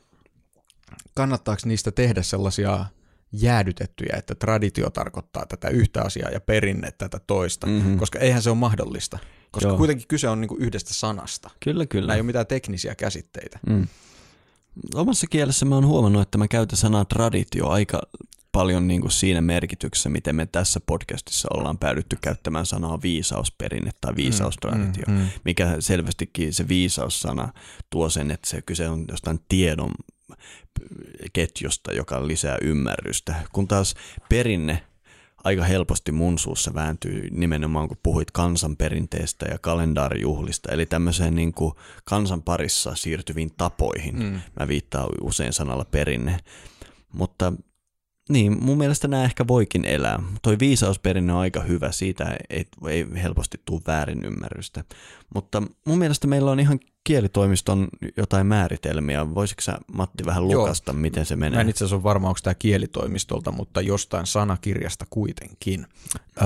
kannattaako niistä tehdä sellaisia jäädytettyjä, että traditio tarkoittaa tätä yhtä asiaa ja perinne tätä toista, mm-hmm. koska eihän se ole mahdollista, koska Joo. kuitenkin kyse on niinku yhdestä sanasta. Kyllä, kyllä. Nämä ei ole mitään teknisiä käsitteitä. Mm. Omassa kielessä mä oon huomannut, että mä käytän sanaa traditio aika paljon niin kuin siinä merkityksessä, miten me tässä podcastissa ollaan päädytty käyttämään sanaa viisausperinne tai viisaustraditio, mm, mm, mm. mikä selvästikin se viisaussana tuo sen, että se kyse on jostain tiedon ketjusta, joka lisää ymmärrystä, kun taas perinne aika helposti mun suussa vääntyy nimenomaan, kun puhuit kansanperinteestä ja kalendaarijuhlista, eli tämmöiseen niin kuin kansan parissa siirtyviin tapoihin. Mm. Mä viittaan usein sanalla perinne, mutta niin, mun mielestä nämä ehkä voikin elää. Toi viisausperinne on aika hyvä, siitä ei, ei helposti tule väärinymmärrystä. Mutta mun mielestä meillä on ihan kielitoimiston jotain määritelmiä. Voisitko sä, Matti, vähän lukasta, Joo. miten se menee? Mä en itse asiassa ole varma, onko tämä kielitoimistolta, mutta jostain sanakirjasta kuitenkin. Öö,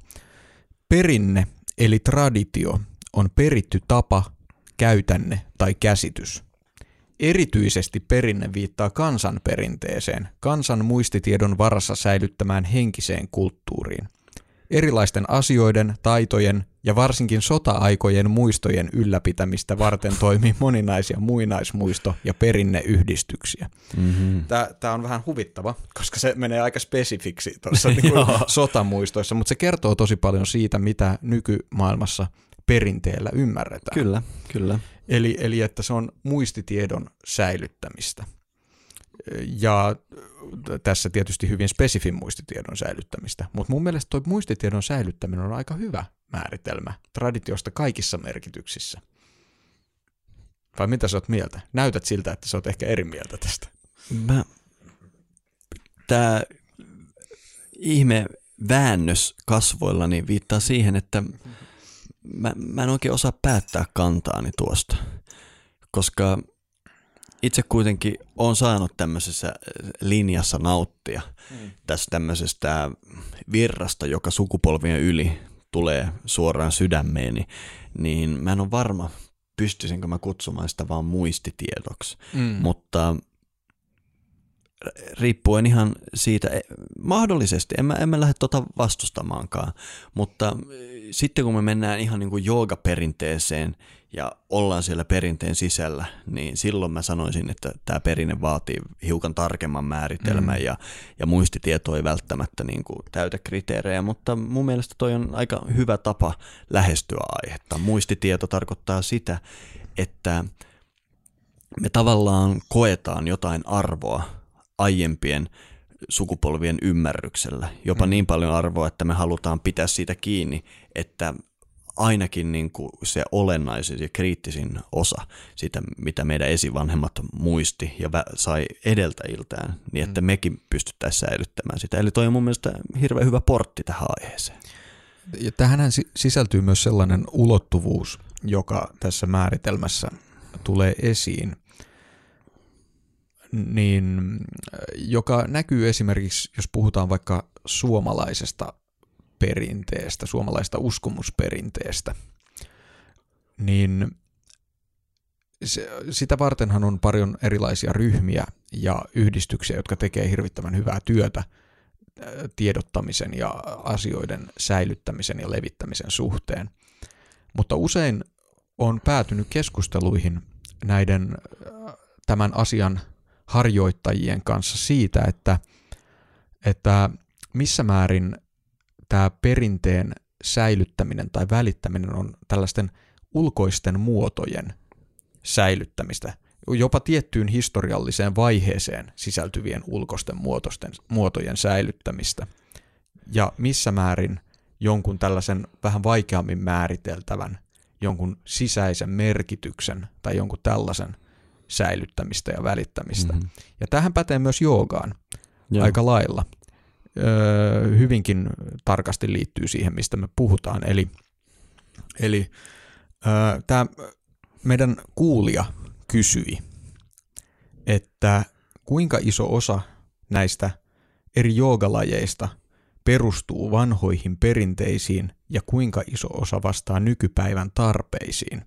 perinne eli traditio on peritty tapa, käytänne tai käsitys. Erityisesti perinne viittaa kansanperinteeseen, kansan muistitiedon varassa säilyttämään henkiseen kulttuuriin. Erilaisten asioiden, taitojen ja varsinkin sota-aikojen muistojen ylläpitämistä varten toimii moninaisia muinaismuisto- ja perinneyhdistyksiä. Mm-hmm. Tämä on vähän huvittava, koska se menee aika spesifiksi tuossa niin sotamuistoissa, mutta se kertoo tosi paljon siitä, mitä nykymaailmassa perinteellä ymmärretään. Kyllä, kyllä. Eli, eli että se on muistitiedon säilyttämistä. Ja tässä tietysti hyvin spesifin muistitiedon säilyttämistä, mutta mun mielestä tuo muistitiedon säilyttäminen on aika hyvä määritelmä traditiosta kaikissa merkityksissä. Vai mitä sä oot mieltä? Näytät siltä, että sä oot ehkä eri mieltä tästä. Mä... Tää ihme väännös kasvoillani viittaa siihen, että mä, mä en oikein osaa päättää kantaani tuosta, koska itse kuitenkin olen saanut tämmöisessä linjassa nauttia mm. tästä tämmöisestä virrasta, joka sukupolvien yli tulee suoraan sydämeeni, niin mä en ole varma, pystyisinkö mä kutsumaan sitä vaan muistitiedoksi, mm. mutta riippuen ihan siitä, mahdollisesti, en mä, en mä lähde tota vastustamaankaan, mutta sitten kun me mennään ihan niin kuin joogaperinteeseen ja ollaan siellä perinteen sisällä, niin silloin mä sanoisin, että tämä perinne vaatii hiukan tarkemman määritelmän mm. ja, ja muistitieto ei välttämättä niin kuin täytä kriteerejä, mutta mun mielestä toi on aika hyvä tapa lähestyä aihetta. Muistitieto tarkoittaa sitä, että me tavallaan koetaan jotain arvoa aiempien sukupolvien ymmärryksellä, jopa mm. niin paljon arvoa, että me halutaan pitää siitä kiinni, että ainakin niin kuin se olennaisin ja kriittisin osa sitä, mitä meidän esivanhemmat muisti ja sai edeltäjiltään, niin että mm. mekin pystyttäisiin säilyttämään sitä. Eli toi on mun mielestä hirveän hyvä portti tähän aiheeseen. Ja tähänhän sisältyy myös sellainen ulottuvuus, joka tässä määritelmässä tulee esiin, niin, joka näkyy esimerkiksi, jos puhutaan vaikka suomalaisesta perinteestä, suomalaisesta uskomusperinteestä, niin se, sitä vartenhan on paljon erilaisia ryhmiä ja yhdistyksiä, jotka tekee hirvittävän hyvää työtä tiedottamisen ja asioiden säilyttämisen ja levittämisen suhteen. Mutta usein on päätynyt keskusteluihin näiden tämän asian harjoittajien kanssa siitä, että, että missä määrin tämä perinteen säilyttäminen tai välittäminen on tällaisten ulkoisten muotojen säilyttämistä, jopa tiettyyn historialliseen vaiheeseen sisältyvien ulkoisten muotosten, muotojen säilyttämistä, ja missä määrin jonkun tällaisen vähän vaikeammin määriteltävän, jonkun sisäisen merkityksen tai jonkun tällaisen säilyttämistä ja välittämistä. Mm-hmm. Ja tähän pätee myös joogaan Joo. aika lailla. Öö, hyvinkin tarkasti liittyy siihen, mistä me puhutaan. Eli, eli öö, tämä meidän kuulija kysyi, että kuinka iso osa näistä eri joogalajeista perustuu vanhoihin perinteisiin ja kuinka iso osa vastaa nykypäivän tarpeisiin.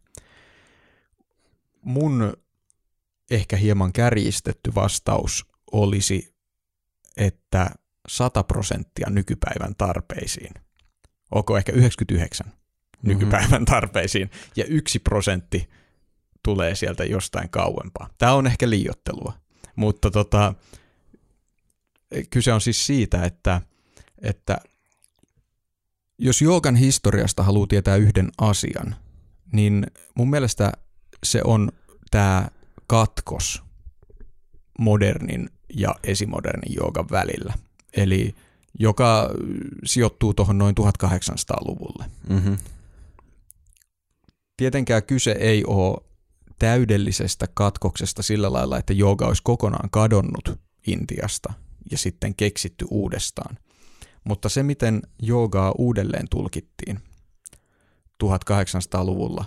Mun ehkä hieman kärjistetty vastaus olisi, että sata prosenttia nykypäivän tarpeisiin. Onko ehkä yhdeksänkymmentäyhdeksän mm-hmm. nykypäivän tarpeisiin ja yksi prosentti tulee sieltä jostain kauempaa. Tämä on ehkä liioittelua, mutta tota, kyse on siis siitä, että, että jos joogan historiasta haluaa tietää yhden asian, niin mun mielestä se on tämä katkos modernin ja esimodernin joogan välillä, eli joka sijoittuu tuohon noin tuhatkahdeksansataaluvulle. Mm-hmm. Tietenkään kyse ei ole täydellisestä katkoksesta sillä lailla, että jooga olisi kokonaan kadonnut Intiasta ja sitten keksitty uudestaan. Mutta se, miten joogaa uudelleen tulkittiin tuhatkahdeksansataaluvulla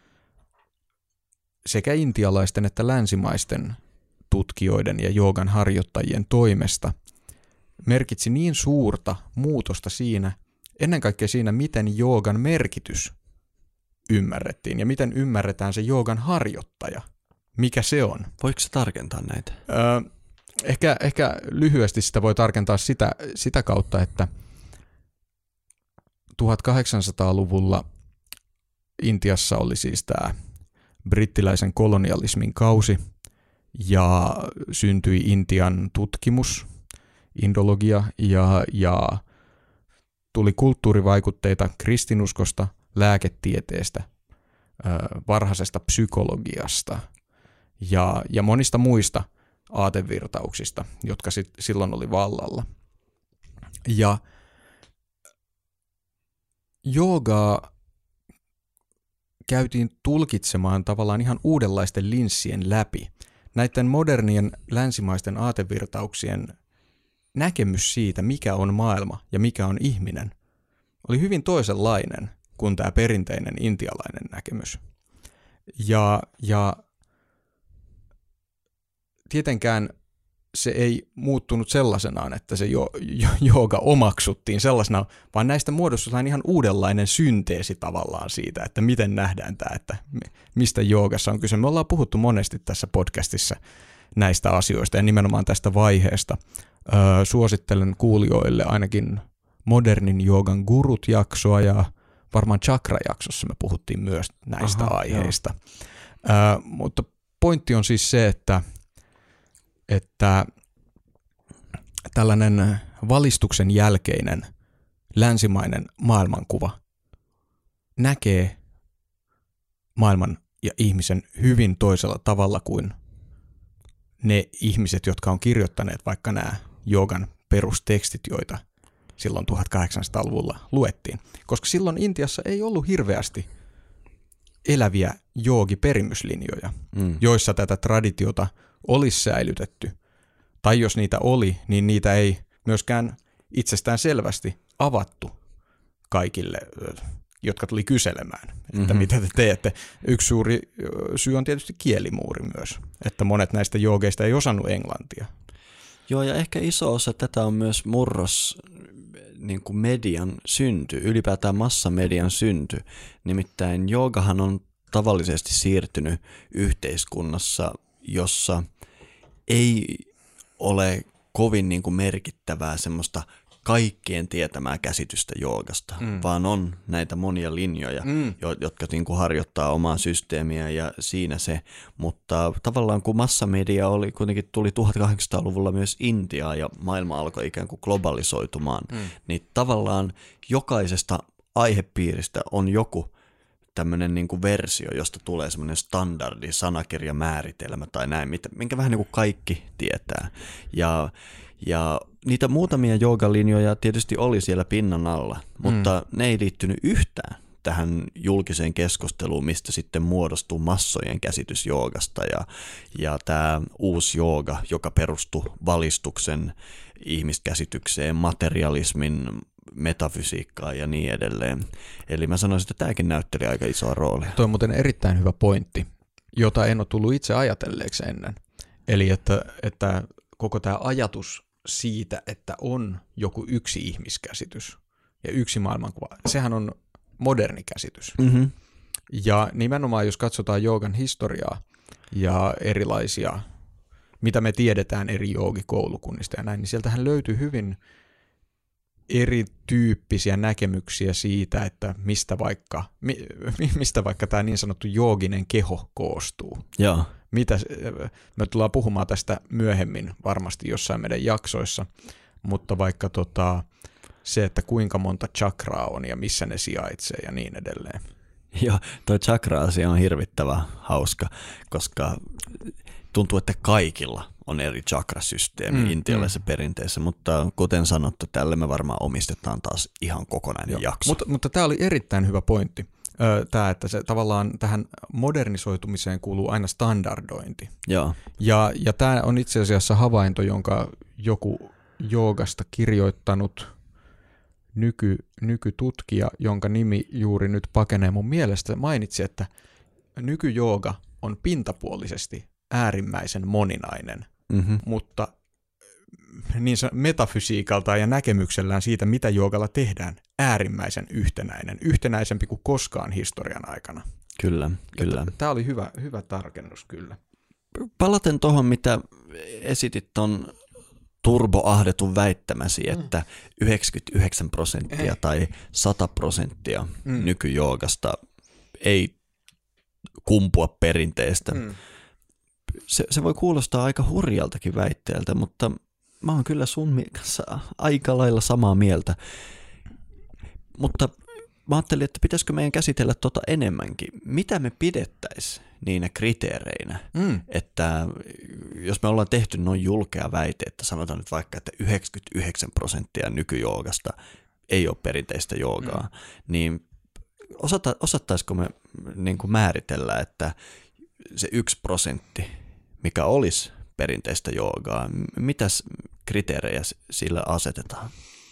sekä intialaisten että länsimaisten tutkijoiden ja joogan harjoittajien toimesta, merkitsi niin suurta muutosta siinä, ennen kaikkea siinä, miten joogan merkitys ymmärrettiin ja miten ymmärretään se joogan harjoittaja, mikä se on. Voiko se tarkentaa näitä? Öö, ehkä, ehkä lyhyesti sitä voi tarkentaa sitä, sitä kautta, että tuhatkahdeksansataaluvulla Intiassa oli siis tämä brittiläisen kolonialismin kausi ja syntyi Intian tutkimus, indologia ja, ja tuli kulttuurivaikutteita kristinuskosta, lääketieteestä, varhaisesta psykologiasta ja, ja monista muista aatevirtauksista, jotka sit, silloin oli vallalla. Ja joogaa käytiin tulkitsemaan tavallaan ihan uudenlaisten linssien läpi. Näiden modernien länsimaisten aatevirtauksien näkemys siitä, mikä on maailma ja mikä on ihminen, oli hyvin toisenlainen kuin tämä perinteinen intialainen näkemys. Ja, ja tietenkään se ei muuttunut sellaisenaan, että se jo, jo, jooga omaksuttiin sellaisena, vaan näistä muodostetaan ihan uudenlainen synteesi tavallaan siitä, että miten nähdään tämä, että mistä joogassa on kyse. Me ollaan puhuttu monesti tässä podcastissa näistä asioista ja nimenomaan tästä vaiheesta. Öö, suosittelen kuulijoille ainakin modernin joogan gurut-jaksoa ja varmaan chakra-jaksossa me puhuttiin myös näistä Aha, aiheista. Öö, mutta pointti on siis se, että että tällainen valistuksen jälkeinen länsimainen maailmankuva näkee maailman ja ihmisen hyvin toisella tavalla kuin ne ihmiset, jotka on kirjoittaneet vaikka nämä joogan perustekstit, joita silloin tuhatkahdeksansataaluvulla luettiin. Koska silloin Intiassa ei ollut hirveästi eläviä joogiperimyslinjoja, mm. joissa tätä traditiota olisi säilytetty. Tai jos niitä oli, niin niitä ei myöskään itsestään selvästi avattu kaikille, jotka tuli kyselemään, että mm-hmm. mitä te teette. Yksi suuri syy on tietysti kielimuuri myös, että monet näistä joogeista ei osannut englantia. Joo, ja ehkä iso osa tätä on myös murros niin kuin median synty, ylipäätään massamedian synty. Nimittäin joogahan on tavallisesti siirtynyt yhteiskunnassa, jossa ei ole kovin niin kuin merkittävää semmoista kaikkien tietämää käsitystä joogasta, mm. vaan on näitä monia linjoja, mm. jotka niin kuin harjoittaa omaa systeemiä ja siinä se, mutta tavallaan kun massamedia oli, kuitenkin tuli tuhatkahdeksansataaluvulla myös Intiaa ja maailma alkoi ikään kuin globalisoitumaan, mm. niin tavallaan jokaisesta aihepiiristä on joku tämmöinen niin kuin versio, josta tulee semmoinen standardi sanakirjamääritelmä tai näin, minkä vähän niin kuin kaikki tietää. Ja, ja niitä muutamia joogalinjoja tietysti oli siellä pinnan alla, mutta mm. ne ei liittynyt yhtään tähän julkiseen keskusteluun, mistä sitten muodostuu massojen käsitys joogasta ja, ja tämä uusi jooga, joka perustui valistuksen ihmiskäsitykseen, materialismin, metafysiikkaan ja niin edelleen. Eli mä sanoisin, että tämäkin näytteli aika isoa roolia. Tuo on muuten erittäin hyvä pointti, jota en ole tullut itse ajatelleeksi ennen. Eli että, että koko tämä ajatus siitä, että on joku yksi ihmiskäsitys ja yksi maailmankuva, sehän on moderni käsitys. Mm-hmm. Ja nimenomaan jos katsotaan joogan historiaa ja erilaisia, mitä me tiedetään eri joogikoulukunnista ja näin, niin sieltähän löytyy hyvin erityyppisiä näkemyksiä siitä, että mistä vaikka, mi, mistä vaikka tämä niin sanottu jooginen keho koostuu. Joo. Mitä, me tullaan puhumaan tästä myöhemmin varmasti jossain meidän jaksoissa, mutta vaikka tota, se, että kuinka monta chakraa on ja missä ne sijaitsee ja niin edelleen. Joo, toi chakra-asia on hirvittävän hauska, koska tuntuu, että kaikilla on eri chakrasysteemi mm, intialaisessa mm. perinteessä, mutta kuten sanottu, tälle me varmaan omistetaan taas ihan kokonainen Joo, jakso. Mutta, mutta tämä oli erittäin hyvä pointti, tämä, että se tavallaan tähän modernisoitumiseen kuuluu aina standardointi. Joo. Ja, ja tämä on itse asiassa havainto, jonka joku joogasta kirjoittanut nyky, nykytutkija, jonka nimi juuri nyt pakenee mun mielestä, mainitsi, että nykyjooga on pintapuolisesti äärimmäisen moninainen, mm-hmm. mutta niin metafysiikalta ja näkemyksellään siitä, mitä joogalla tehdään, äärimmäisen yhtenäinen, yhtenäisempi kuin koskaan historian aikana. Kyllä, kyllä. Tämä oli hyvä, hyvä tarkennus, kyllä. Palaten tuohon, mitä esitit ton turboahdetun väittämäsi, mm. että yhdeksänkymmentäyhdeksän prosenttia tai sata prosenttia mm. nykyjoogasta ei kumpua perinteestä. Mm. Se, se voi kuulostaa aika hurjaltakin väitteeltä, mutta mä oon kyllä sun kanssa aika lailla samaa mieltä. Mutta mä ajattelin, että pitäisikö meidän käsitellä tota enemmänkin. Mitä me pidettäisiin niinä kriteereinä? Mm. Että jos me ollaan tehty noin julkea väite, että sanotaan nyt vaikka, että yhdeksänkymmentäyhdeksän prosenttia nykyjoogasta ei ole perinteistä joogaa, mm. niin osata, osattaisiko me niin kuin määritellä, että se yksi prosentti, mikä olisi perinteistä joogaa, mitäs, kriteerejä sillä asetetaan?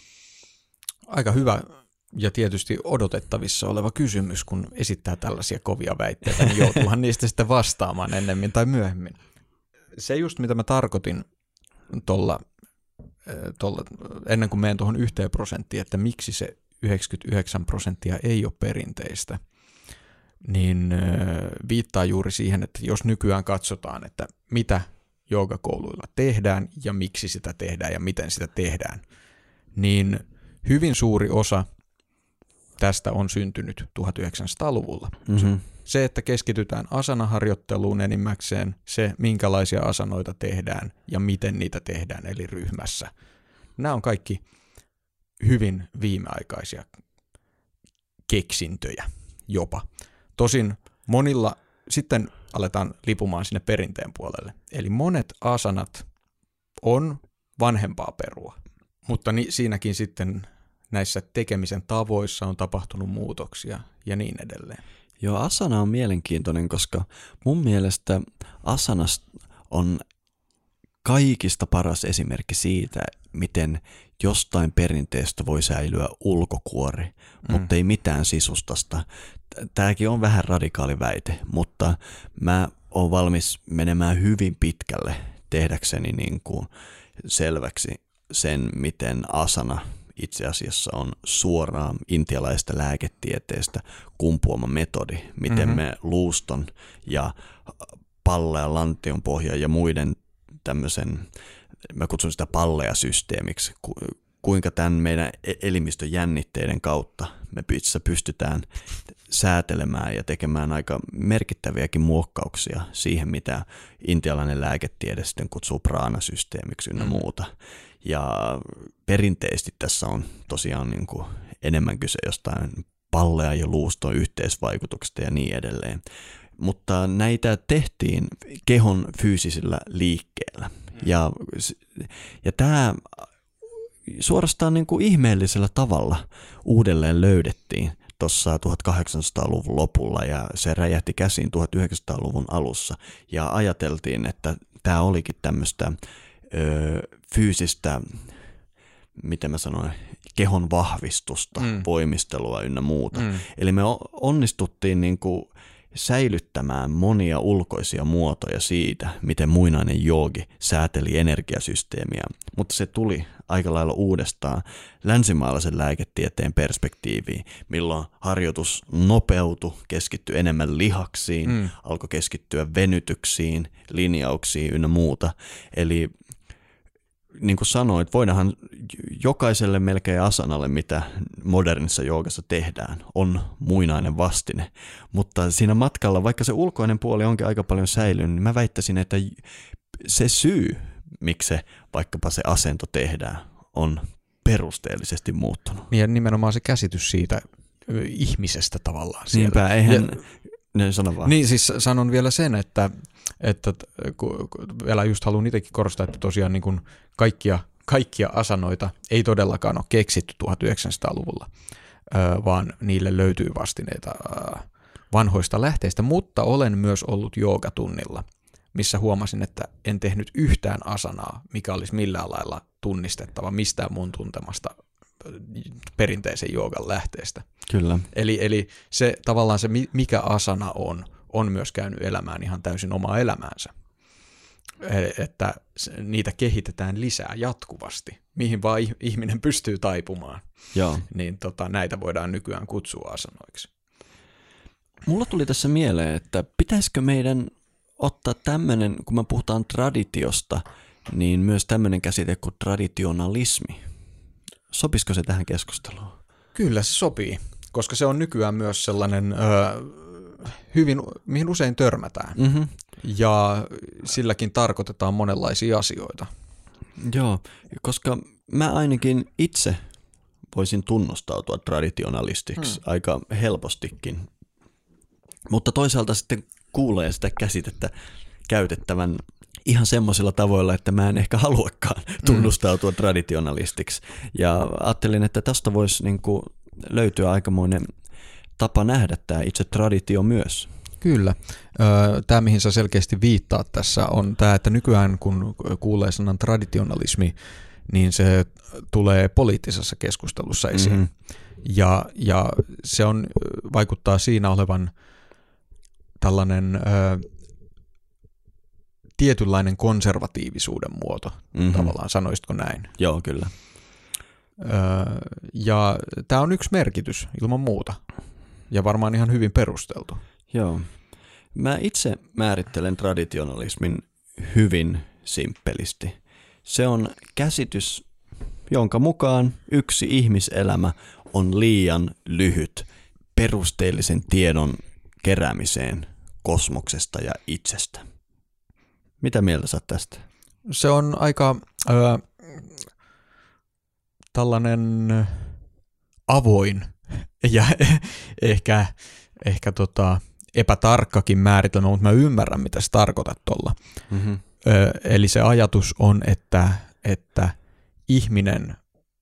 Aika hyvä ja tietysti odotettavissa oleva kysymys, kun esittää tällaisia kovia väitteitä, niin joutuuhan niistä sitten vastaamaan ennemmin tai myöhemmin. Se just mitä mä tarkoitin tuolla, tuolla ennen kuin menen tuohon yhteen prosenttiin, että miksi se yhdeksänkymmentäyhdeksän prosenttia ei ole perinteistä, niin viittaa juuri siihen, että jos nykyään katsotaan, että mitä joogakouluilla tehdään ja miksi sitä tehdään ja miten sitä tehdään, niin hyvin suuri osa tästä on syntynyt tuhatyhdeksänsataaluvulla. Mm-hmm. Se, että keskitytään asanaharjoitteluun enimmäkseen, se minkälaisia asanoita tehdään ja miten niitä tehdään, eli ryhmässä. Nämä on kaikki hyvin viimeaikaisia keksintöjä jopa. Tosin monilla sitten aletaan lipumaan sinne perinteen puolelle. Eli monet asanat on vanhempaa perua, mutta ni- siinäkin sitten näissä tekemisen tavoissa on tapahtunut muutoksia ja niin edelleen. Joo, asana on mielenkiintoinen, koska mun mielestä asana on kaikista paras esimerkki siitä, miten jostain perinteestä voi säilyä ulkokuori, mm. mutta ei mitään sisustasta. Tämäkin on vähän radikaali väite, mutta mä oon valmis menemään hyvin pitkälle tehdäkseni niin kuin selväksi sen, miten asana itse asiassa on suoraan intialaisesta lääketieteestä kumpuama metodi, miten mm-hmm. me luuston ja palleja, lantion pohja ja muiden tämmöisen, mä kutsun sitä palleja systeemiksi, kuinka tämän meidän elimistön jännitteiden kautta me pystytään säätelemään ja tekemään aika merkittäviäkin muokkauksia siihen, mitä intialainen lääketiede sitten kutsuu praanasysteemiksi ynnä muuta. Ja perinteisesti tässä on tosiaan niin kuin enemmän kyse jostain palleja ja luuston yhteisvaikutuksesta ja niin edelleen. Mutta näitä tehtiin kehon fyysisellä liikkeellä. Ja, ja tämä suorastaan niin kuin ihmeellisellä tavalla uudelleen löydettiin tuossa tuhatkahdeksansataaluvun lopulla ja se räjähti käsiin tuhatyhdeksänsataaluvun alussa. Ja ajateltiin, että tämä olikin tämmöistä ö, fyysistä, miten mä sanoin, kehon vahvistusta, mm. voimistelua ynnä muuta. Mm. Eli me onnistuttiin niin kuin säilyttämään monia ulkoisia muotoja siitä, miten muinainen joogi sääteli energiasysteemiä, mutta se tuli aika lailla uudestaan länsimaalaisen lääketieteen perspektiiviin, milloin harjoitus nopeutui, keskittyi enemmän lihaksiin, mm. alkoi keskittyä venytyksiin, linjauksiin ynnä muuta. Eli niin kuin sanoit, voidaanhan jokaiselle melkein asanalle, mitä modernissa joogassa tehdään, on muinainen vastine. Mutta siinä matkalla, vaikka se ulkoinen puoli onkin aika paljon säilynyt, niin mä väittäisin, että se syy, miksi se, vaikkapa se asento tehdään, on perusteellisesti muuttunut. Ja nimenomaan se käsitys siitä ihmisestä tavallaan siellä. Niinpä, eihän... Ne, sano vaan. Niin, siis sanon vielä sen, että, että kun, vielä just haluan itsekin korostaa, että tosiaan niin kuin kaikkia, kaikkia asanoita ei todellakaan ole keksitty tuhatyhdeksänsataaluvulla, vaan niille löytyy vastineita vanhoista lähteistä, mutta olen myös ollut joogatunnilla, missä huomasin, että en tehnyt yhtään asanaa, mikä olisi millään lailla tunnistettava mistään mun tuntemasta perinteisen joogan lähteestä. Kyllä. Eli, eli se tavallaan se, mikä asana on, on myös käynyt elämään ihan täysin omaa elämäänsä. Että niitä kehitetään lisää jatkuvasti, mihin vaan ihminen pystyy taipumaan. Joo. Niin tota, näitä voidaan nykyään kutsua asanoiksi. Mulla tuli tässä mieleen, että pitäisikö meidän ottaa tämmöinen, kun me puhutaan traditiosta, niin myös tämmöinen käsite kuin traditionalismi. Sopisiko se tähän keskusteluun? Kyllä se sopii, koska se on nykyään myös sellainen, ö, hyvin, mihin usein törmätään. Mm-hmm. Ja silläkin tarkoitetaan monenlaisia asioita. Joo, koska mä ainakin itse voisin tunnustautua traditionalistiksi hmm. aika helpostikin. Mutta toisaalta sitten kuulee sitä käsitettä käytettävän ihan semmoisilla tavoilla, että mä en ehkä haluakaan tunnustautua mm. traditionalistiksi. Ja ajattelin, että tästä voisi niinku löytyä aikamoinen tapa nähdä tämä itse traditio myös. Kyllä. Tämä, mihin sä selkeästi viittaat tässä, on tämä, että nykyään kun kuulee sanan traditionalismi, niin se tulee poliittisessa keskustelussa esiin. Mm-hmm. Ja, ja se on, vaikuttaa siinä olevan tällainen ö, tietynlainen konservatiivisuuden muoto, mm-hmm. tavallaan, sanoisitko näin? Joo, kyllä. Ö, ja tämä on yksi merkitys ilman muuta, ja varmaan ihan hyvin perusteltu. Joo. Mä itse määrittelen traditionalismin hyvin simppelisti. Se on käsitys, jonka mukaan yksi ihmiselämä on liian lyhyt perusteellisen tiedon keräämiseen kosmoksesta ja itsestä. Mitä mieltä sä oot tästä? Se on aika ö, tällainen avoin ja ehkä, ehkä tota epätarkkakin määritelmä, mutta mä ymmärrän, mitä sä tarkoitat tuolla. Mm-hmm. Ö, eli se ajatus on, että, että ihminen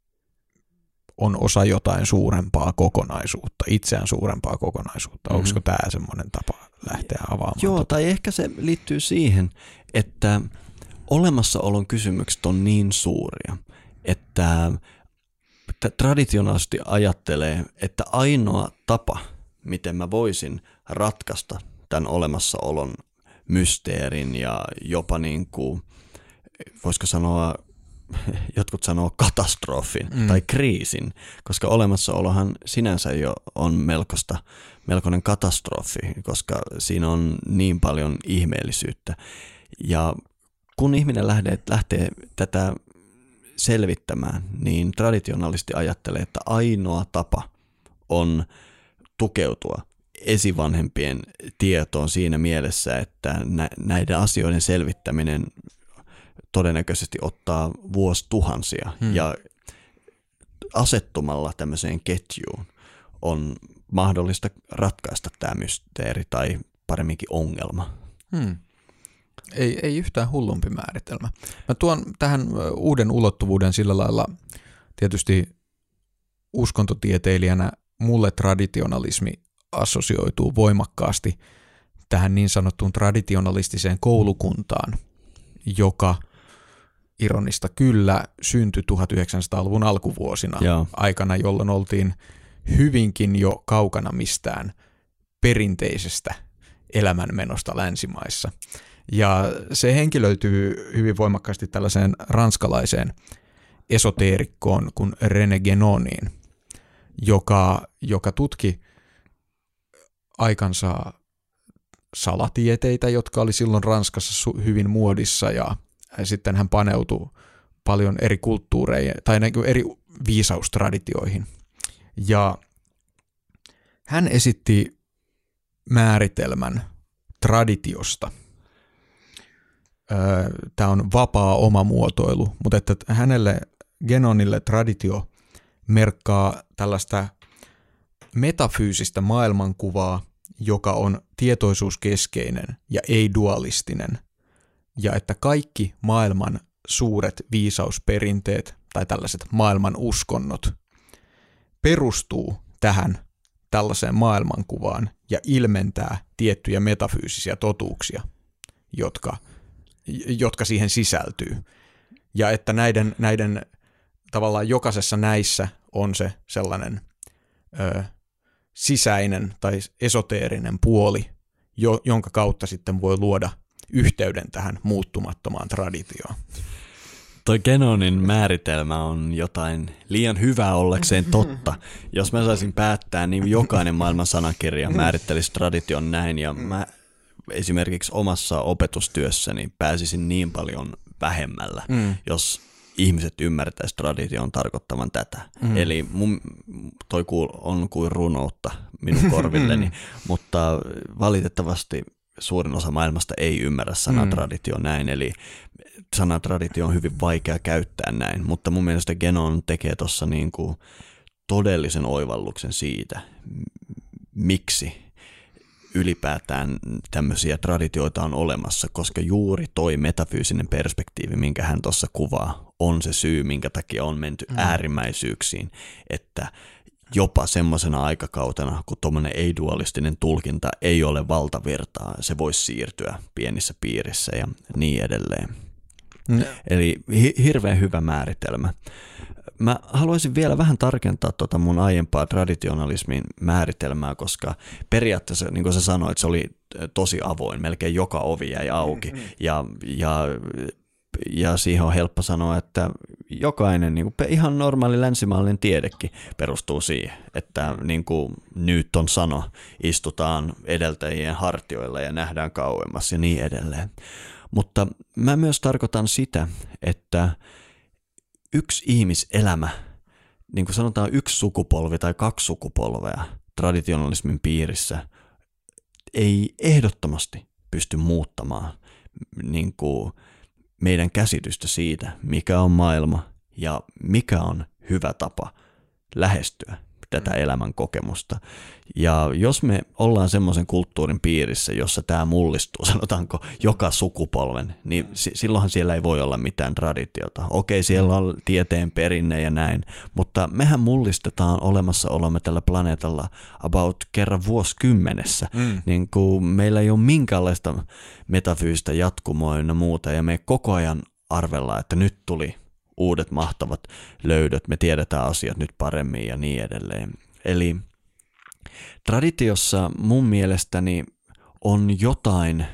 on osa jotain suurempaa kokonaisuutta, itseään suurempaa kokonaisuutta. Mm-hmm. Onko tämä semmoinen tapa lähteä avaamaan? Joo, tota? Tai ehkä se liittyy siihen, että olemassaolon kysymykset on niin suuria, että traditionaalisesti ajattelee, että ainoa tapa, miten mä voisin ratkaista tämän olemassaolon mysteerin ja jopa niin kuin, voisiko sanoa, jotkut sanoo katastrofin mm. tai kriisin, koska olemassaolohan sinänsä jo on melkoista, melkoinen katastrofi, koska siinä on niin paljon ihmeellisyyttä. Ja kun ihminen lähtee, lähtee tätä selvittämään, niin traditionaalisti ajattelee, että ainoa tapa on tukeutua esivanhempien tietoon siinä mielessä, että näiden asioiden selvittäminen todennäköisesti ottaa vuosituhansia hmm. ja asettumalla tämmöiseen ketjuun on mahdollista ratkaista tämä mysteeri tai paremminkin ongelma. Hmm. Ei, ei yhtään hullumpi määritelmä. Mä tuon tähän uuden ulottuvuuden sillä lailla, tietysti uskontotieteilijänä mulle traditionalismi assosioituu voimakkaasti tähän niin sanottuun traditionalistiseen koulukuntaan, joka ironista kyllä syntyi tuhatyhdeksänsataaluvun alkuvuosina Joo. aikana, jolloin oltiin hyvinkin jo kaukana mistään perinteisestä elämänmenosta länsimaissa. Ja se henkilöityy hyvin voimakkaasti tällaiseen ranskalaiseen esoteerikkoon kuin René Guénoniin, joka, joka tutki aikansa salatieteitä, jotka oli silloin Ranskassa hyvin muodissa, ja sitten hän paneutui paljon eri kulttuureihin tai eri viisaustraditioihin. Ja hän esitti määritelmän traditiosta. Tämä on vapaa omamuotoilu, mutta että hänelle, Guénonille, traditio merkkaa tällaista metafyysistä maailmankuvaa, joka on tietoisuuskeskeinen ja ei-dualistinen, ja että kaikki maailman suuret viisausperinteet tai tällaiset maailman uskonnot perustuu tähän tällaiseen maailmankuvaan ja ilmentää tiettyjä metafyysisiä totuuksia, jotka, jotka siihen sisältyy. Ja että näiden, näiden tavallaan jokaisessa näissä on se sellainen ö, sisäinen tai esoteerinen puoli, jo, jonka kautta sitten voi luoda yhteyden tähän muuttumattomaan traditioon. Toi Guénonin määritelmä on jotain liian hyvää ollakseen totta. Jos mä saisin päättää, niin jokainen maailman sanakirja määrittelisi tradition näin, ja mä esimerkiksi omassa opetustyössäni pääsisin niin paljon vähemmällä, mm. jos ihmiset ymmärtäisivät tradition tarkoittavan tätä. Mm. Eli mun, toi on kuin runoutta minun korvilleni, mutta valitettavasti suurin osa maailmasta ei ymmärrä sanaa mm. traditio näin, eli sana traditio on hyvin vaikea käyttää näin, mutta mun mielestä Guénon tekee tuossa niin kuin todellisen oivalluksen siitä, miksi ylipäätään tämmöisiä traditioita on olemassa, koska juuri toi metafyysinen perspektiivi, minkä hän tuossa kuvaa, on se syy, minkä takia on menty mm. äärimmäisyyksiin, että jopa semmoisena aikakautena, kun tuommoinen ei-dualistinen tulkinta ei ole valtavirtaa, se voisi siirtyä pienissä piirissä ja niin edelleen. Mm. Eli hi- hirveän hyvä määritelmä. Mä haluaisin vielä vähän tarkentaa tuota mun aiempaa traditionalismin määritelmää, koska periaatteessa, niin kuin sä sanoit, se oli tosi avoin, melkein joka ovi jäi auki, mm-hmm. ja, ja, ja siihen on helppo sanoa, että jokainen niin kuin ihan normaali länsimaallinen tiedekin perustuu siihen, että niin kuin Newton sanoi, istutaan edeltäjien hartioilla ja nähdään kauemmas ja niin edelleen. Mutta mä myös tarkoitan sitä, että yksi ihmiselämä, niin kuin sanotaan yksi sukupolvi tai kaksi sukupolvea traditionalismin piirissä, ei ehdottomasti pysty muuttamaan niin kuin meidän käsitystä siitä, mikä on maailma ja mikä on hyvä tapa lähestyä tätä elämän kokemusta. Ja jos me ollaan semmoisen kulttuurin piirissä, jossa tämä mullistuu, sanotaanko joka sukupolven, niin s- silloinhan siellä ei voi olla mitään traditiota. Okei, siellä on tieteen perinne ja näin, mutta mehän mullistetaan olemassaolomme tällä planeetalla about kerran vuosikymmenessä. Mm. Niin kuin meillä ei ole minkäänlaista metafyysistä jatkumoa ja muuta, ja me koko ajan arvellaan, että nyt tuli uudet mahtavat löydöt, me tiedetään asiat nyt paremmin ja niin edelleen. Eli traditiossa mun mielestäni on jotain,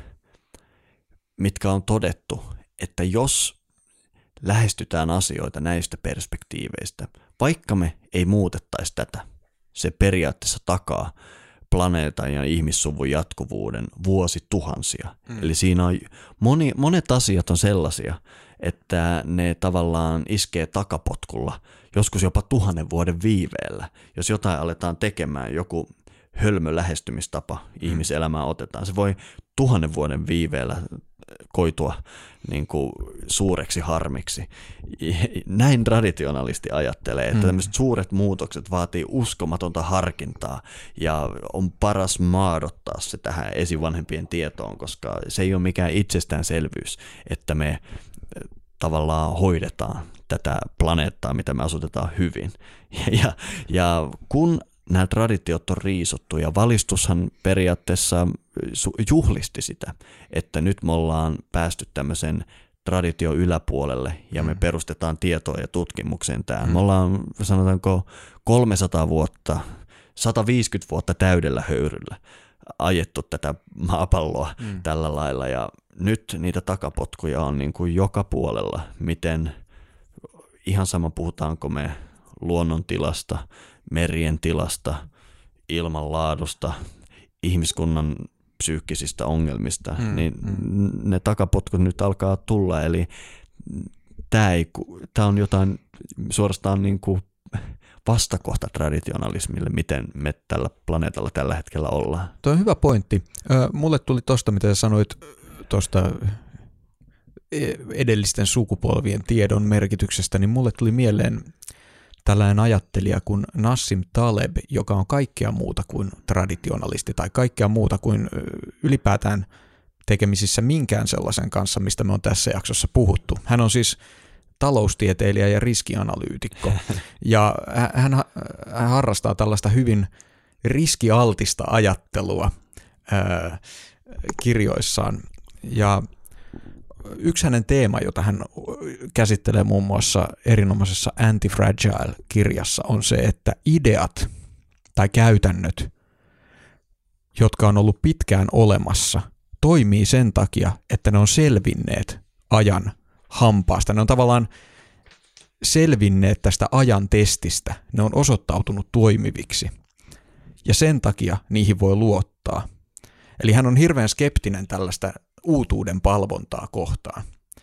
mitkä on todettu, että jos lähestytään asioita näistä perspektiiveistä, vaikka me ei muutettaisi tätä, se periaatteessa takaa planeetan ja ihmissuvun jatkuvuuden vuosituhansia. Mm. Eli siinä on moni, monet asiat on sellaisia, että ne tavallaan iskee takapotkulla, joskus jopa tuhannen vuoden viiveellä. Jos jotain aletaan tekemään, joku hölmö lähestymistapa mm. ihmiselämään otetaan, se voi tuhannen vuoden viiveellä koitua niin kuin suureksi harmiksi. Näin traditionalisti ajattelee, että tämmöiset suuret muutokset vaatii uskomatonta harkintaa ja on paras maadottaa se tähän esivanhempien tietoon, koska se ei ole mikään itsestäänselvyys, että me tavallaan hoidetaan tätä planeettaa, mitä me asutetaan hyvin. Ja, ja kun nämä traditiot on riisuttu ja valistushan periaatteessa juhlisti sitä, että nyt me ollaan päästy tämmöisen tradition yläpuolelle ja me mm. perustetaan tietoa ja tutkimukseen tähän. Mm. Me ollaan, sanotaanko, kolmesataa vuotta, sata viisikymmentä vuotta täydellä höyryllä ajettu tätä maapalloa mm. tällä lailla ja nyt niitä takapotkuja on niin kuin joka puolella, miten ihan sama puhutaanko me luonnon tilasta, merien tilasta, ilmanlaadusta, ihmiskunnan psyykkisistä ongelmista, mm, niin mm. ne takapotkut nyt alkaa tulla, eli tämä, ei, tämä on jotain suorastaan niin kuin vastakohta traditionalismille, miten me tällä planeetalla tällä hetkellä ollaan. Tuo on hyvä pointti. Mulle tuli tuosta, mitä sä sanoit tuosta edellisten sukupolvien tiedon merkityksestä, niin mulle tuli mieleen tällainen ajattelija kuin Nassim Taleb, joka on kaikkea muuta kuin traditionalisti tai kaikkea muuta kuin ylipäätään tekemisissä minkään sellaisen kanssa, mistä me on tässä jaksossa puhuttu. Hän on siis taloustieteilijä ja riskianalyytikko, ja hän, hän harrastaa tällaista hyvin riskialtista ajattelua ää, kirjoissaan, ja yksi hänen teema, jota hän käsittelee muun muassa erinomaisessa Anti-Fragile-kirjassa, on se, että ideat tai käytännöt, jotka on ollut pitkään olemassa, toimii sen takia, että ne on selvinneet ajan hampaasta. Ne on tavallaan selvinneet tästä ajan testistä. Ne on osoittautunut toimiviksi. Ja sen takia niihin voi luottaa. Eli hän on hirveän skeptinen tällaista uutuuden palvontaa kohtaan.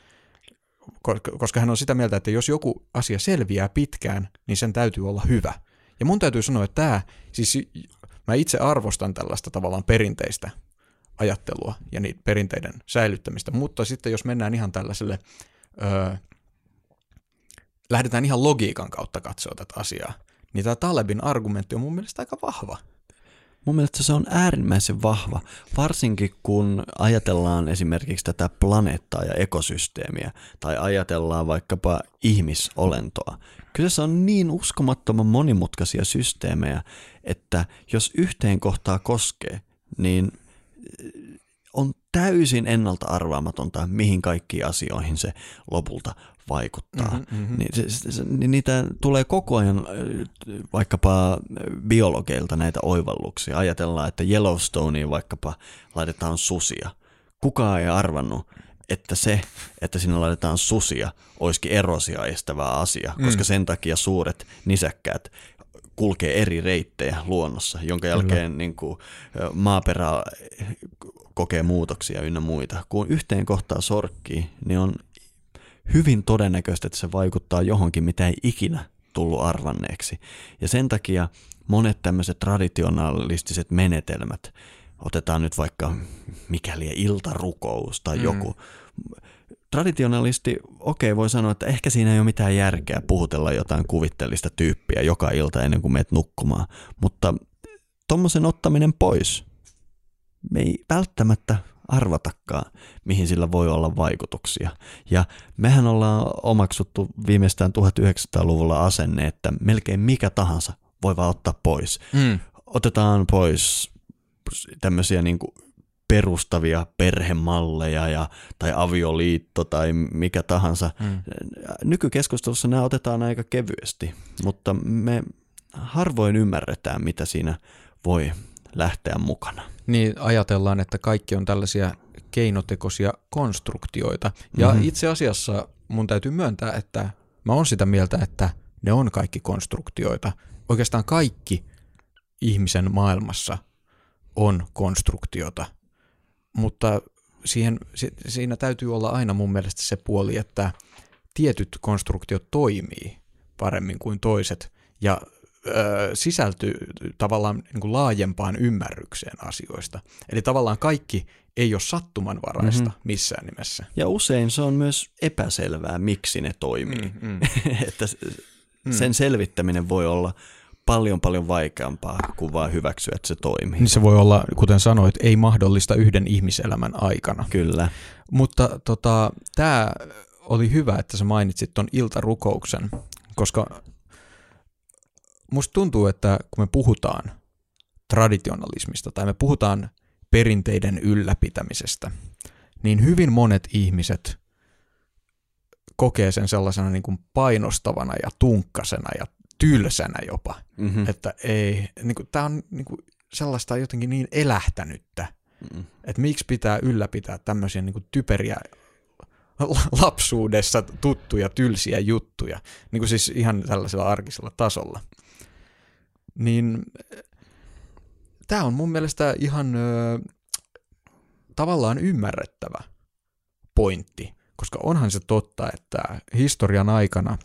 Koska hän on sitä mieltä, että jos joku asia selviää pitkään, niin sen täytyy olla hyvä. Ja mun täytyy sanoa, että tämä, siis mä itse arvostan tällaista tavallaan perinteistä ajattelua ja niitä perinteiden säilyttämistä, mutta sitten jos mennään ihan tällaiselle, öö, lähdetään ihan logiikan kautta katsoa tätä asiaa, niin tämä Talebin argumentti on mun mielestä aika vahva. mun mielestä se on äärimmäisen vahva, varsinkin kun ajatellaan esimerkiksi tätä planeettaa ja ekosysteemiä, tai ajatellaan vaikkapa ihmisolentoa. Kyseessä on niin uskomattoman monimutkaisia systeemejä, että jos yhteen kohtaa koskee, niin on täysin ennalta arvaamatonta, mihin kaikkiin asioihin se lopulta vaikuttaa. Mm-hmm, mm-hmm. Ni, se, se, niitä tulee koko ajan vaikkapa biologeilta näitä oivalluksia. Ajatellaan, että Yellowstoneen vaikkapa laitetaan susia. Kukaan ei arvannut, että se, että sinne laitetaan susia, olisikin erosia estävä asia, mm. koska sen takia suuret nisäkkäät kulkee eri reittejä luonnossa, jonka jälkeen niin kuin, maaperä kokee muutoksia ynnä muita. Kun yhteen kohtaan sorkkii, niin on hyvin todennäköistä, että se vaikuttaa johonkin, mitä ei ikinä tullut arvanneeksi. Ja sen takia monet tämmöiset traditionalistiset menetelmät, otetaan nyt vaikka mikäli iltarukous tai joku, mm. traditionalisti, okei, okay, voi sanoa, että ehkä siinä ei ole mitään järkeä puhutella jotain kuvitteellista tyyppiä joka ilta ennen kuin menet nukkumaan, mutta tommosen ottaminen pois, me ei välttämättä arvatakaan, mihin sillä voi olla vaikutuksia. Ja mehän ollaan omaksuttu viimeistään tuhatyhdeksänsataaluvulla asenne, että melkein mikä tahansa voi vaan ottaa pois. Mm. Otetaan pois tämmöisiä niin kuin perustavia perhemalleja ja, tai avioliitto tai mikä tahansa. Mm. Nykykeskustelussa nämä otetaan aika kevyesti, mutta me harvoin ymmärretään, mitä siinä voi lähteä mukana. Niin ajatellaan, että kaikki on tällaisia keinotekoisia konstruktioita. Ja mm-hmm. itse asiassa mun täytyy myöntää, että mä oon sitä mieltä, että ne on kaikki konstruktioita. Oikeastaan kaikki ihmisen maailmassa on konstruktiota. Mutta siihen, siinä täytyy olla aina mun mielestä se puoli, että tietyt konstruktiot toimii paremmin kuin toiset ja ö, sisältyy tavallaan niin kuin laajempaan ymmärrykseen asioista. Eli tavallaan kaikki ei ole sattumanvaraista mm-hmm. missään nimessä. Ja usein se on myös epäselvää, miksi ne toimii. Mm-hmm. Että sen selvittäminen voi olla paljon paljon vaikeampaa kuin vaan hyväksyä, että se toimii. Niin se voi olla, kuten sanoit, ei mahdollista yhden ihmiselämän aikana. Kyllä. Mutta tota, tämä oli hyvä, että sä mainitsit ton iltarukouksen, koska musta tuntuu, että kun me puhutaan traditionalismista tai me puhutaan perinteiden ylläpitämisestä, niin hyvin monet ihmiset kokee sen sellaisena niin kuin painostavana ja tunkkasena ja tylsänä jopa, mm-hmm. että ei, niin kuin, tämä on niin kuin sellaista jotenkin niin elähtänyttä, mm-hmm. että miksi pitää ylläpitää tämmöisiä niin kuin typeriä lapsuudessa tuttuja tylsiä juttuja, niin kuin siis ihan tällaisella arkisella tasolla. Niin tämä on mun mielestä ihan ö, tavallaan ymmärrettävä pointti, koska onhan se totta, että historian aikana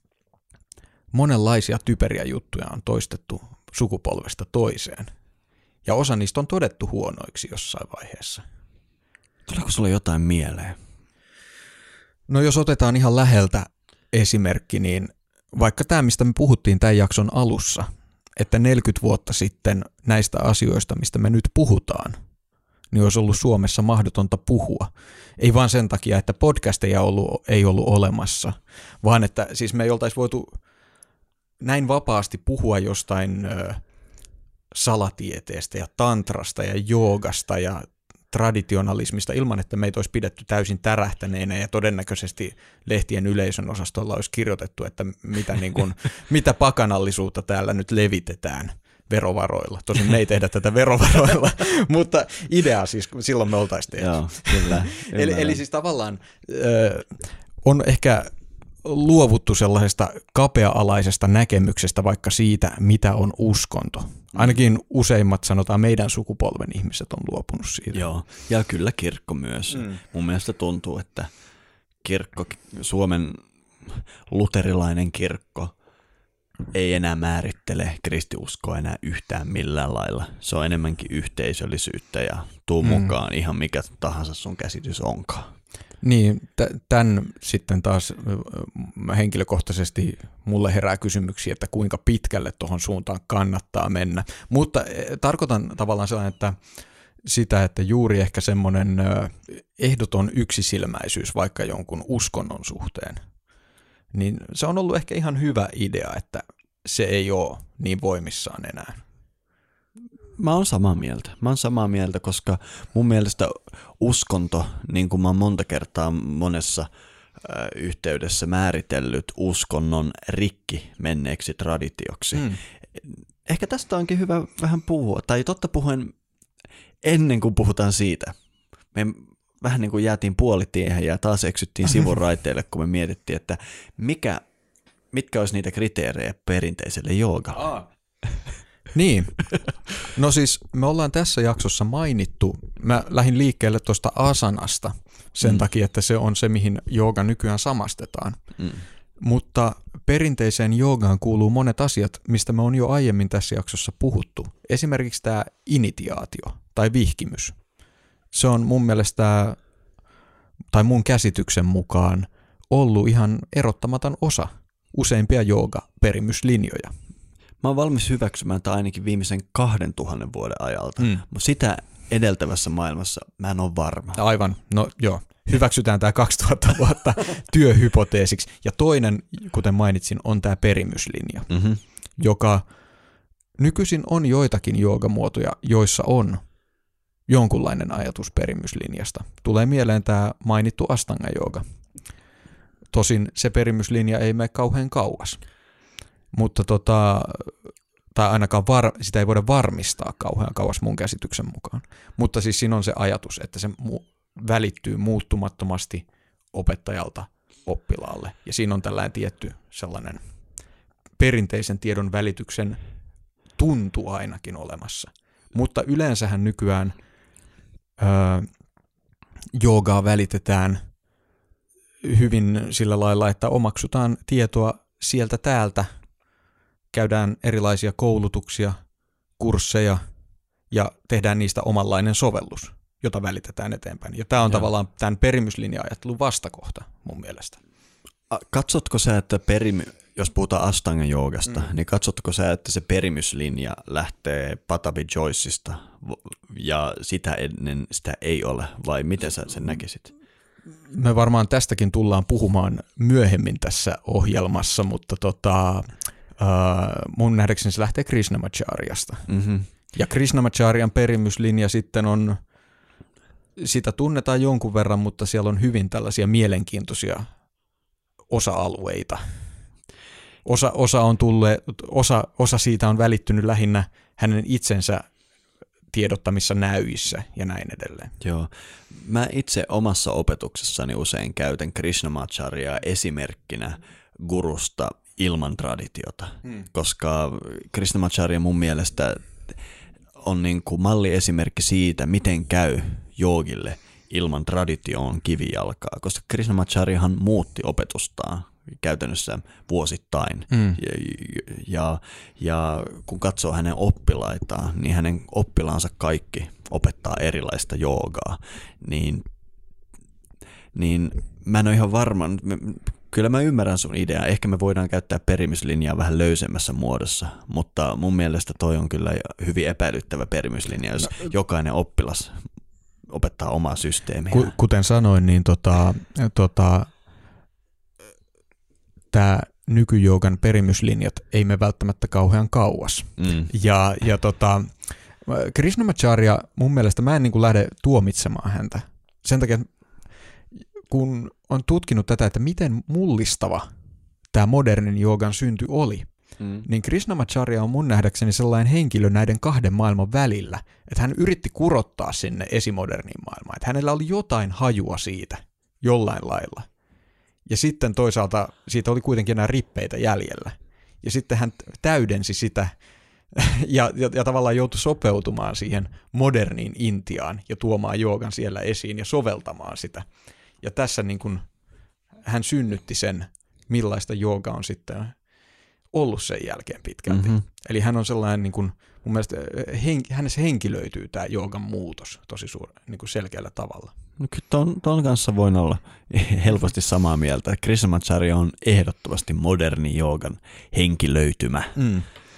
monenlaisia typeriä juttuja on toistettu sukupolvesta toiseen. Ja osa niistä on todettu huonoiksi jossain vaiheessa. Tuleeko sulle jotain mieleen? No jos otetaan ihan läheltä esimerkki, niin vaikka tämä, mistä me puhuttiin tämän jakson alussa, että neljäkymmentä vuotta sitten näistä asioista, mistä me nyt puhutaan, niin olisi ollut Suomessa mahdotonta puhua. Ei vaan sen takia, että podcasteja ollut, ei ollut olemassa, vaan että siis me ei oltaisi voitu näin vapaasti puhua jostain ö, salatieteestä ja tantrasta ja joogasta ja traditionalismista ilman, että meitä olisi pidetty täysin tärähtäneenä ja todennäköisesti lehtien yleisön osastolla olisi kirjoitettu, että mitä, niin kuin, mitä pakanallisuutta täällä nyt levitetään verovaroilla. Tosin me ei tehdä tätä verovaroilla, mutta idea siis, silloin me oltaisiin tehty. Joo, kyllä. eli, eli siis tavallaan ö, on ehkä luovuttu sellaisesta kapea-alaisesta näkemyksestä vaikka siitä, mitä on uskonto. Ainakin useimmat, sanotaan, meidän sukupolven ihmiset on luopunut siitä. Joo, ja kyllä kirkko myös. Mm. Mun mielestä tuntuu, että kirkko, Suomen luterilainen kirkko ei enää määrittele kristiuskoa enää yhtään millään lailla. Se on enemmänkin yhteisöllisyyttä ja tuu mukaan mm. ihan mikä tahansa sun käsitys onkaan. Niin, tämän sitten taas henkilökohtaisesti mulle herää kysymyksiä, että kuinka pitkälle tuohon suuntaan kannattaa mennä. Mutta tarkoitan tavallaan sellainen, että sitä, että juuri ehkä semmoinen ehdoton yksisilmäisyys vaikka jonkun uskonnon suhteen, niin se on ollut ehkä ihan hyvä idea, että se ei ole niin voimissaan enää. Mä oon samaa mieltä. Mä oon samaa mieltä, koska mun mielestä uskonto, niin kuin mä oon monta kertaa monessa äh, yhteydessä määritellyt uskonnon rikki menneeksi traditioksi. Mm. Ehkä tästä onkin hyvä vähän puhua, tai totta puhuen ennen kuin puhutaan siitä. Me vähän niin kuin jäätiin puolitiehen ja taas eksyttiin sivun raiteille, kun me mietittiin, että mikä, mitkä olisi niitä kriteerejä perinteiselle joogalle. Ah. Niin, no siis me ollaan tässä jaksossa mainittu, mä lähdin liikkeelle tuosta asanasta sen mm. takia, että se on se, mihin jooga nykyään samastetaan. Mm. Mutta perinteiseen joogaan kuuluu monet asiat, mistä me on jo aiemmin tässä jaksossa puhuttu. Esimerkiksi tämä initiaatio tai vihkimys. Se on mun mielestä, tai mun käsityksen mukaan, ollut ihan erottamaton osa useimpia jooga-perimyslinjoja. Mä oon valmis hyväksymään tämä ainakin viimeisen kahden tuhannen vuoden ajalta, mm. mutta sitä edeltävässä maailmassa mä en ole varma. Aivan, no joo. Hyväksytään tämä kaksituhatta vuotta työhypoteesiksi. Ja toinen, kuten mainitsin, on tämä perimyslinja, mm-hmm. joka nykyisin on joitakin joogamuotoja, joissa on jonkunlainen ajatus perimyslinjasta. Tulee mieleen tämä mainittu Astanga-jooga. Tosin se perimyslinja ei mene kauhean kauas. Mutta tota, tai ainakaan var, sitä ei voida varmistaa kauhean kauas mun käsityksen mukaan. Mutta siis siinä on se ajatus, että se mu- välittyy muuttumattomasti opettajalta oppilaalle. Ja siinä on tällainen tietty sellainen perinteisen tiedon välityksen tuntu ainakin olemassa. Mutta yleensähän nykyään öö, joogaa välitetään hyvin sillä lailla, että omaksutaan tietoa sieltä täältä, käydään erilaisia koulutuksia, kursseja ja tehdään niistä omanlainen sovellus, jota välitetään eteenpäin. Ja tämä on Joo. tavallaan tämän perimyslinja-ajattelun vastakohta mun mielestä. Katsotko sä, että perimy, jos puhutaan Astanga-joogasta, mm. niin katsotko sä, että se perimyslinja lähtee Patabi Joyceista ja sitä ennen sitä ei ole, vai miten sä sen näkisit? Me varmaan tästäkin tullaan puhumaan myöhemmin tässä ohjelmassa, mutta tota, Uh, mun nähdäkseni se lähtee Krishnamacharyasta. Mm-hmm. Ja Krishnamacharyan perimyslinja sitten on, sitä tunnetaan jonkun verran, mutta siellä on hyvin tällaisia mielenkiintoisia osa-alueita. Osa, osa, on tullut, osa, osa siitä on välittynyt lähinnä hänen itsensä tiedottamissa näyissä ja näin edelleen. Joo. Mä itse omassa opetuksessani usein käytän Krishnamacharyaa esimerkkinä gurusta ilman traditiota, hmm. koska Krishnamacharya mun mielestä on niin kuin malliesimerkki siitä, miten käy joogille ilman traditioon kivijalkaa, koska Krishnamacharyahan muutti opetustaan käytännössä vuosittain. Hmm. Ja, ja, ja kun katsoo hänen oppilaitaan, niin hänen oppilaansa kaikki opettaa erilaista joogaa, niin, niin mä en ole ihan varma. Kyllä mä ymmärrän sun ideaa. Ehkä me voidaan käyttää perimyslinjaa vähän löysemmässä muodossa, mutta mun mielestä toi on kyllä hyvin epäilyttävä perimyslinja, jos no, jokainen oppilas opettaa omaa systeemiä. Kuten sanoin, niin tota, tota, tämä nykyjoogan perimyslinjat ei mene välttämättä kauhean kauas. Mm. Ja, ja tota, Krishnamacharya, mun mielestä mä en niin kuin lähde tuomitsemaan häntä. Sen takia, kun on tutkinut tätä, että miten mullistava tämä modernin joogan synty oli, mm. niin Krishnamacharya on mun nähdäkseni sellainen henkilö näiden kahden maailman välillä, että hän yritti kurottaa sinne esimoderniin maailmaan, että hänellä oli jotain hajua siitä jollain lailla. Ja sitten toisaalta siitä oli kuitenkin nämä rippeitä jäljellä. Ja sitten hän täydensi sitä ja, ja, ja tavallaan joutui sopeutumaan siihen moderniin Intiaan ja tuomaan joogan siellä esiin ja soveltamaan sitä. Ja tässä niin kuin hän synnytti sen, millaista jooga on sitten ollut sen jälkeen pitkälti. Mm-hmm. Eli hän on sellainen, niin kuin, mun mielestä hen, hänessä henkilöityy tämä joogan muutos tosi suur, niin kuin selkeällä tavalla. No kyllä ton, ton kanssa voin olla helposti samaa mieltä. Krishnamacharya on ehdottomasti moderni joogan henkilöitymä. Mm.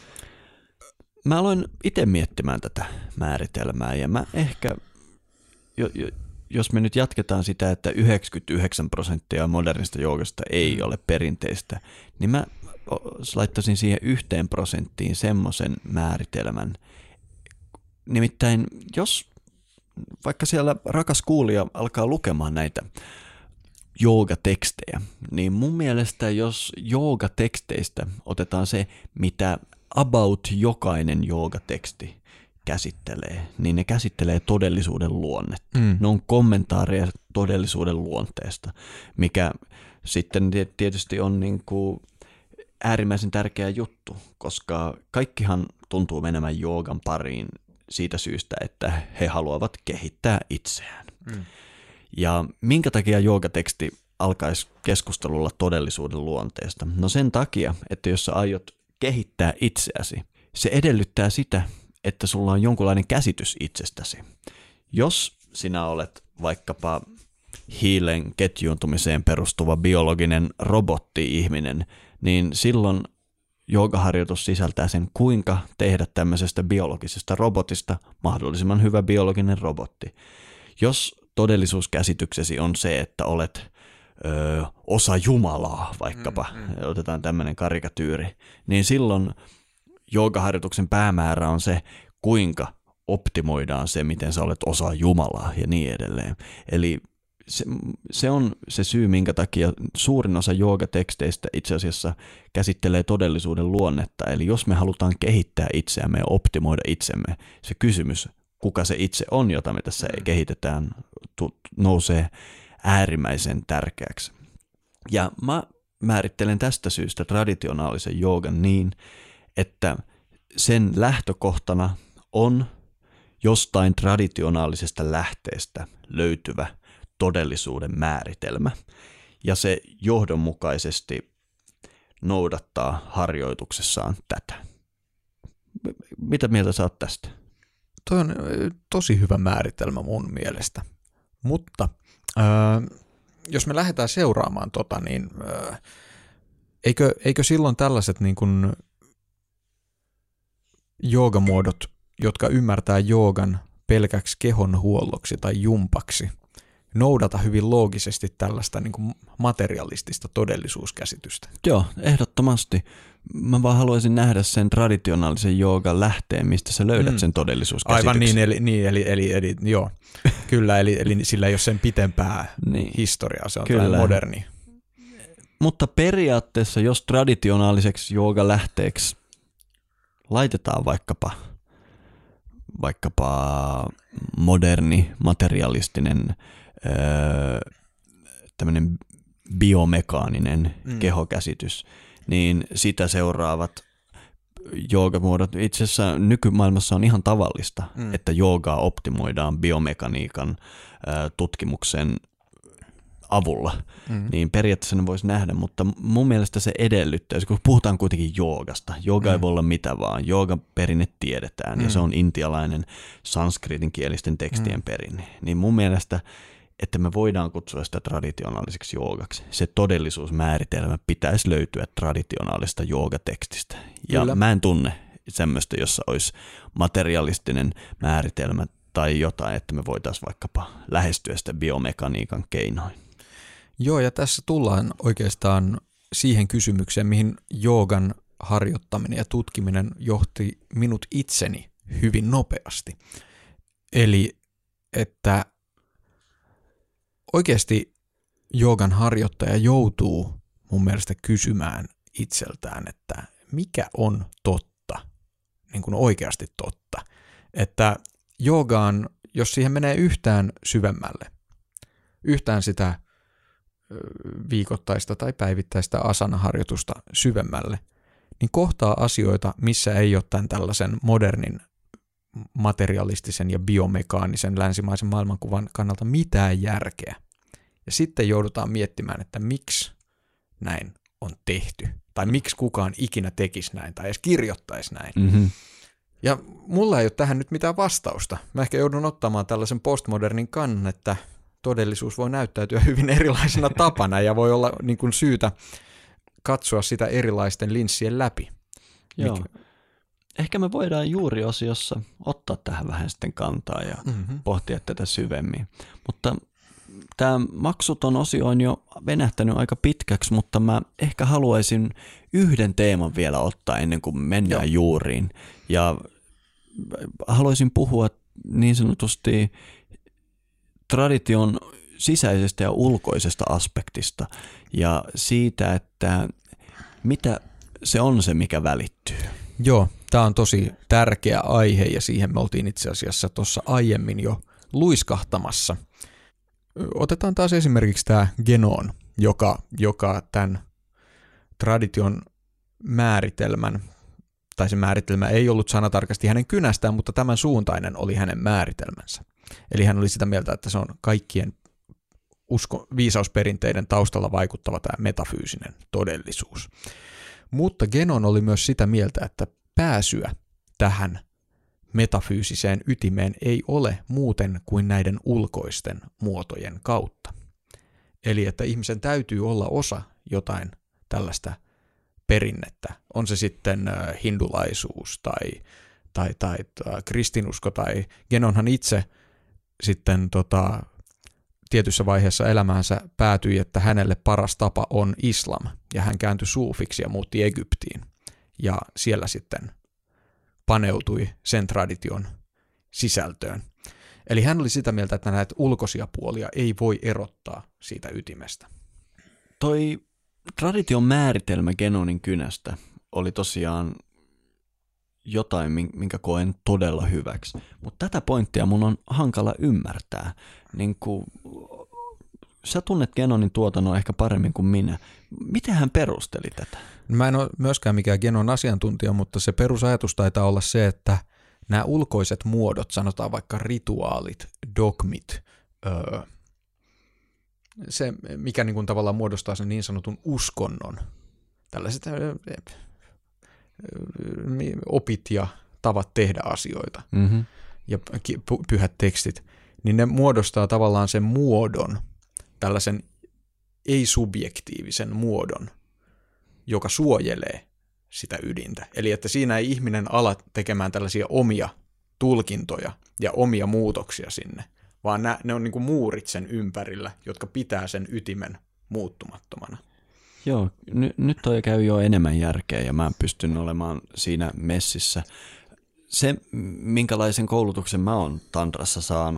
Mä aloin itse miettimään tätä määritelmää ja mä ehkä, jo, jo, jos me nyt jatketaan sitä, että yhdeksänkymmentäyhdeksän prosenttia modernista joogasta ei ole perinteistä, niin mä laittaisin siihen yhteen prosenttiin semmoisen määritelmän. Nimittäin jos vaikka siellä rakas kuulija alkaa lukemaan näitä joogatekstejä, niin mun mielestä jos joogateksteistä otetaan se, mitä about jokainen joogateksti käsittelee, niin ne käsittelee todellisuuden luonnetta. Mm. Ne on kommentaareja todellisuuden luonteesta, mikä sitten tietysti on niin kuin äärimmäisen tärkeä juttu, koska kaikkihan tuntuu menemään joogan pariin siitä syystä, että he haluavat kehittää itseään. Mm. Ja minkä takia joogateksti alkaisi keskustelulla todellisuuden luonteesta? No sen takia, että jos sä aiot kehittää itseäsi, se edellyttää sitä, että sulla on jonkunlainen käsitys itsestäsi. Jos sinä olet vaikkapa hiilen ketjuuntumiseen perustuva biologinen robotti-ihminen, niin silloin joogaharjoitus sisältää sen, kuinka tehdä tämmöisestä biologisesta robotista mahdollisimman hyvä biologinen robotti. Jos todellisuuskäsityksesi on se, että olet ö, osa Jumalaa vaikkapa, mm, mm. otetaan tämmöinen karikatyyri, niin silloin joogaharjoituksen päämäärä on se, kuinka optimoidaan se, miten sä olet osa Jumalaa ja niin edelleen. Eli se, se on se syy, minkä takia suurin osa joogateksteistä itse asiassa käsittelee todellisuuden luonnetta. Eli jos me halutaan kehittää itseämme ja optimoida itsemme, se kysymys, kuka se itse on, jota me tässä mm. kehitetään, tu- nousee äärimmäisen tärkeäksi. Ja mä määrittelen tästä syystä traditionaalisen joogan niin, että sen lähtökohtana on jostain traditionaalisesta lähteestä löytyvä todellisuuden määritelmä, ja se johdonmukaisesti noudattaa harjoituksessaan tätä. Mitä mieltä sä oot tästä? Toi on tosi hyvä määritelmä mun mielestä, mutta äh, jos me lähdetään seuraamaan tota, niin äh, eikö, eikö silloin tällaiset niin kuin joogamuodot, jotka ymmärtää joogan pelkäksi kehonhuolloksi tai jumpaksi, noudata hyvin loogisesti tällaista niin kuin materialistista todellisuuskäsitystä. Joo, ehdottomasti. Mä vaan haluaisin nähdä sen traditionaalisen joogan lähteen, mistä sä löydät mm. sen todellisuuskäsityksen. Aivan niin, eli, niin, eli, eli, eli joo, kyllä, eli, eli sillä ei ole sen pitempää niin. historiaa, se on kyllä moderni. Mutta periaatteessa, jos traditionaaliseksi joogan lähteeksi laitetaan vaikkapa, vaikkapa moderni, materialistinen, öö, tämmöinen biomekaaninen mm. kehokäsitys, niin sitä seuraavat joogamuodot. Itse asiassa nykymaailmassa on ihan tavallista, mm. että joogaa optimoidaan biomekaniikan ö, tutkimuksen avulla, mm. niin periaatteessa ne voisi nähdä, mutta mun mielestä se edellyttää, kun puhutaan kuitenkin joogasta, jooga mm. ei voi olla mitä vaan, joogan perinne tiedetään, mm. ja se on intialainen sanskritin kielisten tekstien mm. perinne, niin mun mielestä, että me voidaan kutsua sitä traditionaaliseksi joogaksi, se todellisuusmääritelmä pitäisi löytyä traditionaalista joogatekstistä, ja Kyllä. mä en tunne semmoista, jossa olisi materialistinen määritelmä tai jotain, että me voitaisiin vaikkapa lähestyä sitä biomekaniikan keinoin. Joo, ja tässä tullaan oikeastaan siihen kysymykseen, mihin joogan harjoittaminen ja tutkiminen johti minut itseni hyvin nopeasti. Eli että oikeasti joogan harjoittaja joutuu mun mielestä kysymään itseltään, että mikä on totta, niin kuin oikeasti totta. Että joogaan, jos siihen menee yhtään syvemmälle, yhtään sitä viikoittaista tai päivittäistä asana-harjoitusta syvemmälle, niin kohtaa asioita, missä ei ole tämän tällaisen modernin materialistisen ja biomekaanisen länsimaisen maailmankuvan kannalta mitään järkeä. Ja sitten joudutaan miettimään, että miksi näin on tehty Tai miksi kukaan ikinä tekisi näin tai edes kirjoittaisi näin. Mm-hmm. Ja mulla ei ole tähän nyt mitään vastausta. Mä ehkä joudun ottamaan tällaisen postmodernin kannan, että todellisuus voi näyttäytyä hyvin erilaisena tapana ja voi olla niin kuin syytä katsoa sitä erilaisten linssien läpi. Joo. Mikä... Ehkä me voidaan juuriosiossa ottaa tähän vähän sitten kantaa ja mm-hmm. pohtia tätä syvemmin. Mutta tämä maksuton osio on jo venähtänyt aika pitkäksi, mutta mä ehkä haluaisin yhden teeman vielä ottaa ennen kuin mennään Joo. juuriin. Ja haluaisin puhua niin sanotusti tradition sisäisestä ja ulkoisesta aspektista ja siitä, että mitä se on se, mikä välittyy. Joo, tämä on tosi tärkeä aihe ja siihen me oltiin itse asiassa tuossa aiemmin jo luiskahtamassa. Otetaan taas esimerkiksi tämä Genon, joka, joka tämän tradition määritelmän, tai se määritelmä ei ollut sanatarkasti hänen kynästään, mutta tämän suuntainen oli hänen määritelmänsä. Eli hän oli sitä mieltä, että se on kaikkien usko, viisausperinteiden taustalla vaikuttava tämä metafyysinen todellisuus. Mutta Genon oli myös sitä mieltä, että pääsyä tähän metafyysiseen ytimeen ei ole muuten kuin näiden ulkoisten muotojen kautta. Eli että ihmisen täytyy olla osa jotain tällaista perinnettä. On se sitten hindulaisuus tai, tai, tai, tai kristinusko tai Genonhan itse sitten tota, tietyssä vaiheessa elämäänsä päätyi, että hänelle paras tapa on islam ja hän kääntyi suufiksi ja muutti Egyptiin ja siellä sitten paneutui sen tradition sisältöön. Eli hän oli sitä mieltä, että näitä ulkoisia puolia ei voi erottaa siitä ytimestä. Toi tradition määritelmä Genonin kynästä oli tosiaan jotain, minkä koen todella hyväksi. Mutta tätä pointtia mun on hankala ymmärtää. Niin kun, sä tunnet Genonin tuotannon ehkä paremmin kuin minä. Miten hän perusteli tätä? Mä en ole myöskään mikään Genon asiantuntija, mutta se perusajatus taitaa olla se, että nämä ulkoiset muodot, sanotaan vaikka rituaalit, dogmit, öö, se mikä niin kuin tavallaan muodostaa sen niin sanotun uskonnon, tällaiset öö, opit ja tavat tehdä asioita mm-hmm. ja pyhät tekstit, niin ne muodostaa tavallaan sen muodon, tällaisen ei-subjektiivisen muodon, joka suojelee sitä ydintä. Eli että siinä ei ihminen ala tekemään tällaisia omia tulkintoja ja omia muutoksia sinne, vaan nämä, ne on niin kuin muurit sen ympärillä, jotka pitää sen ytimen muuttumattomana. Joo, n- nyt toi käy jo enemmän järkeä ja mä pystyn olemaan siinä messissä. Se, minkälaisen koulutuksen mä oon tantrassa saanut,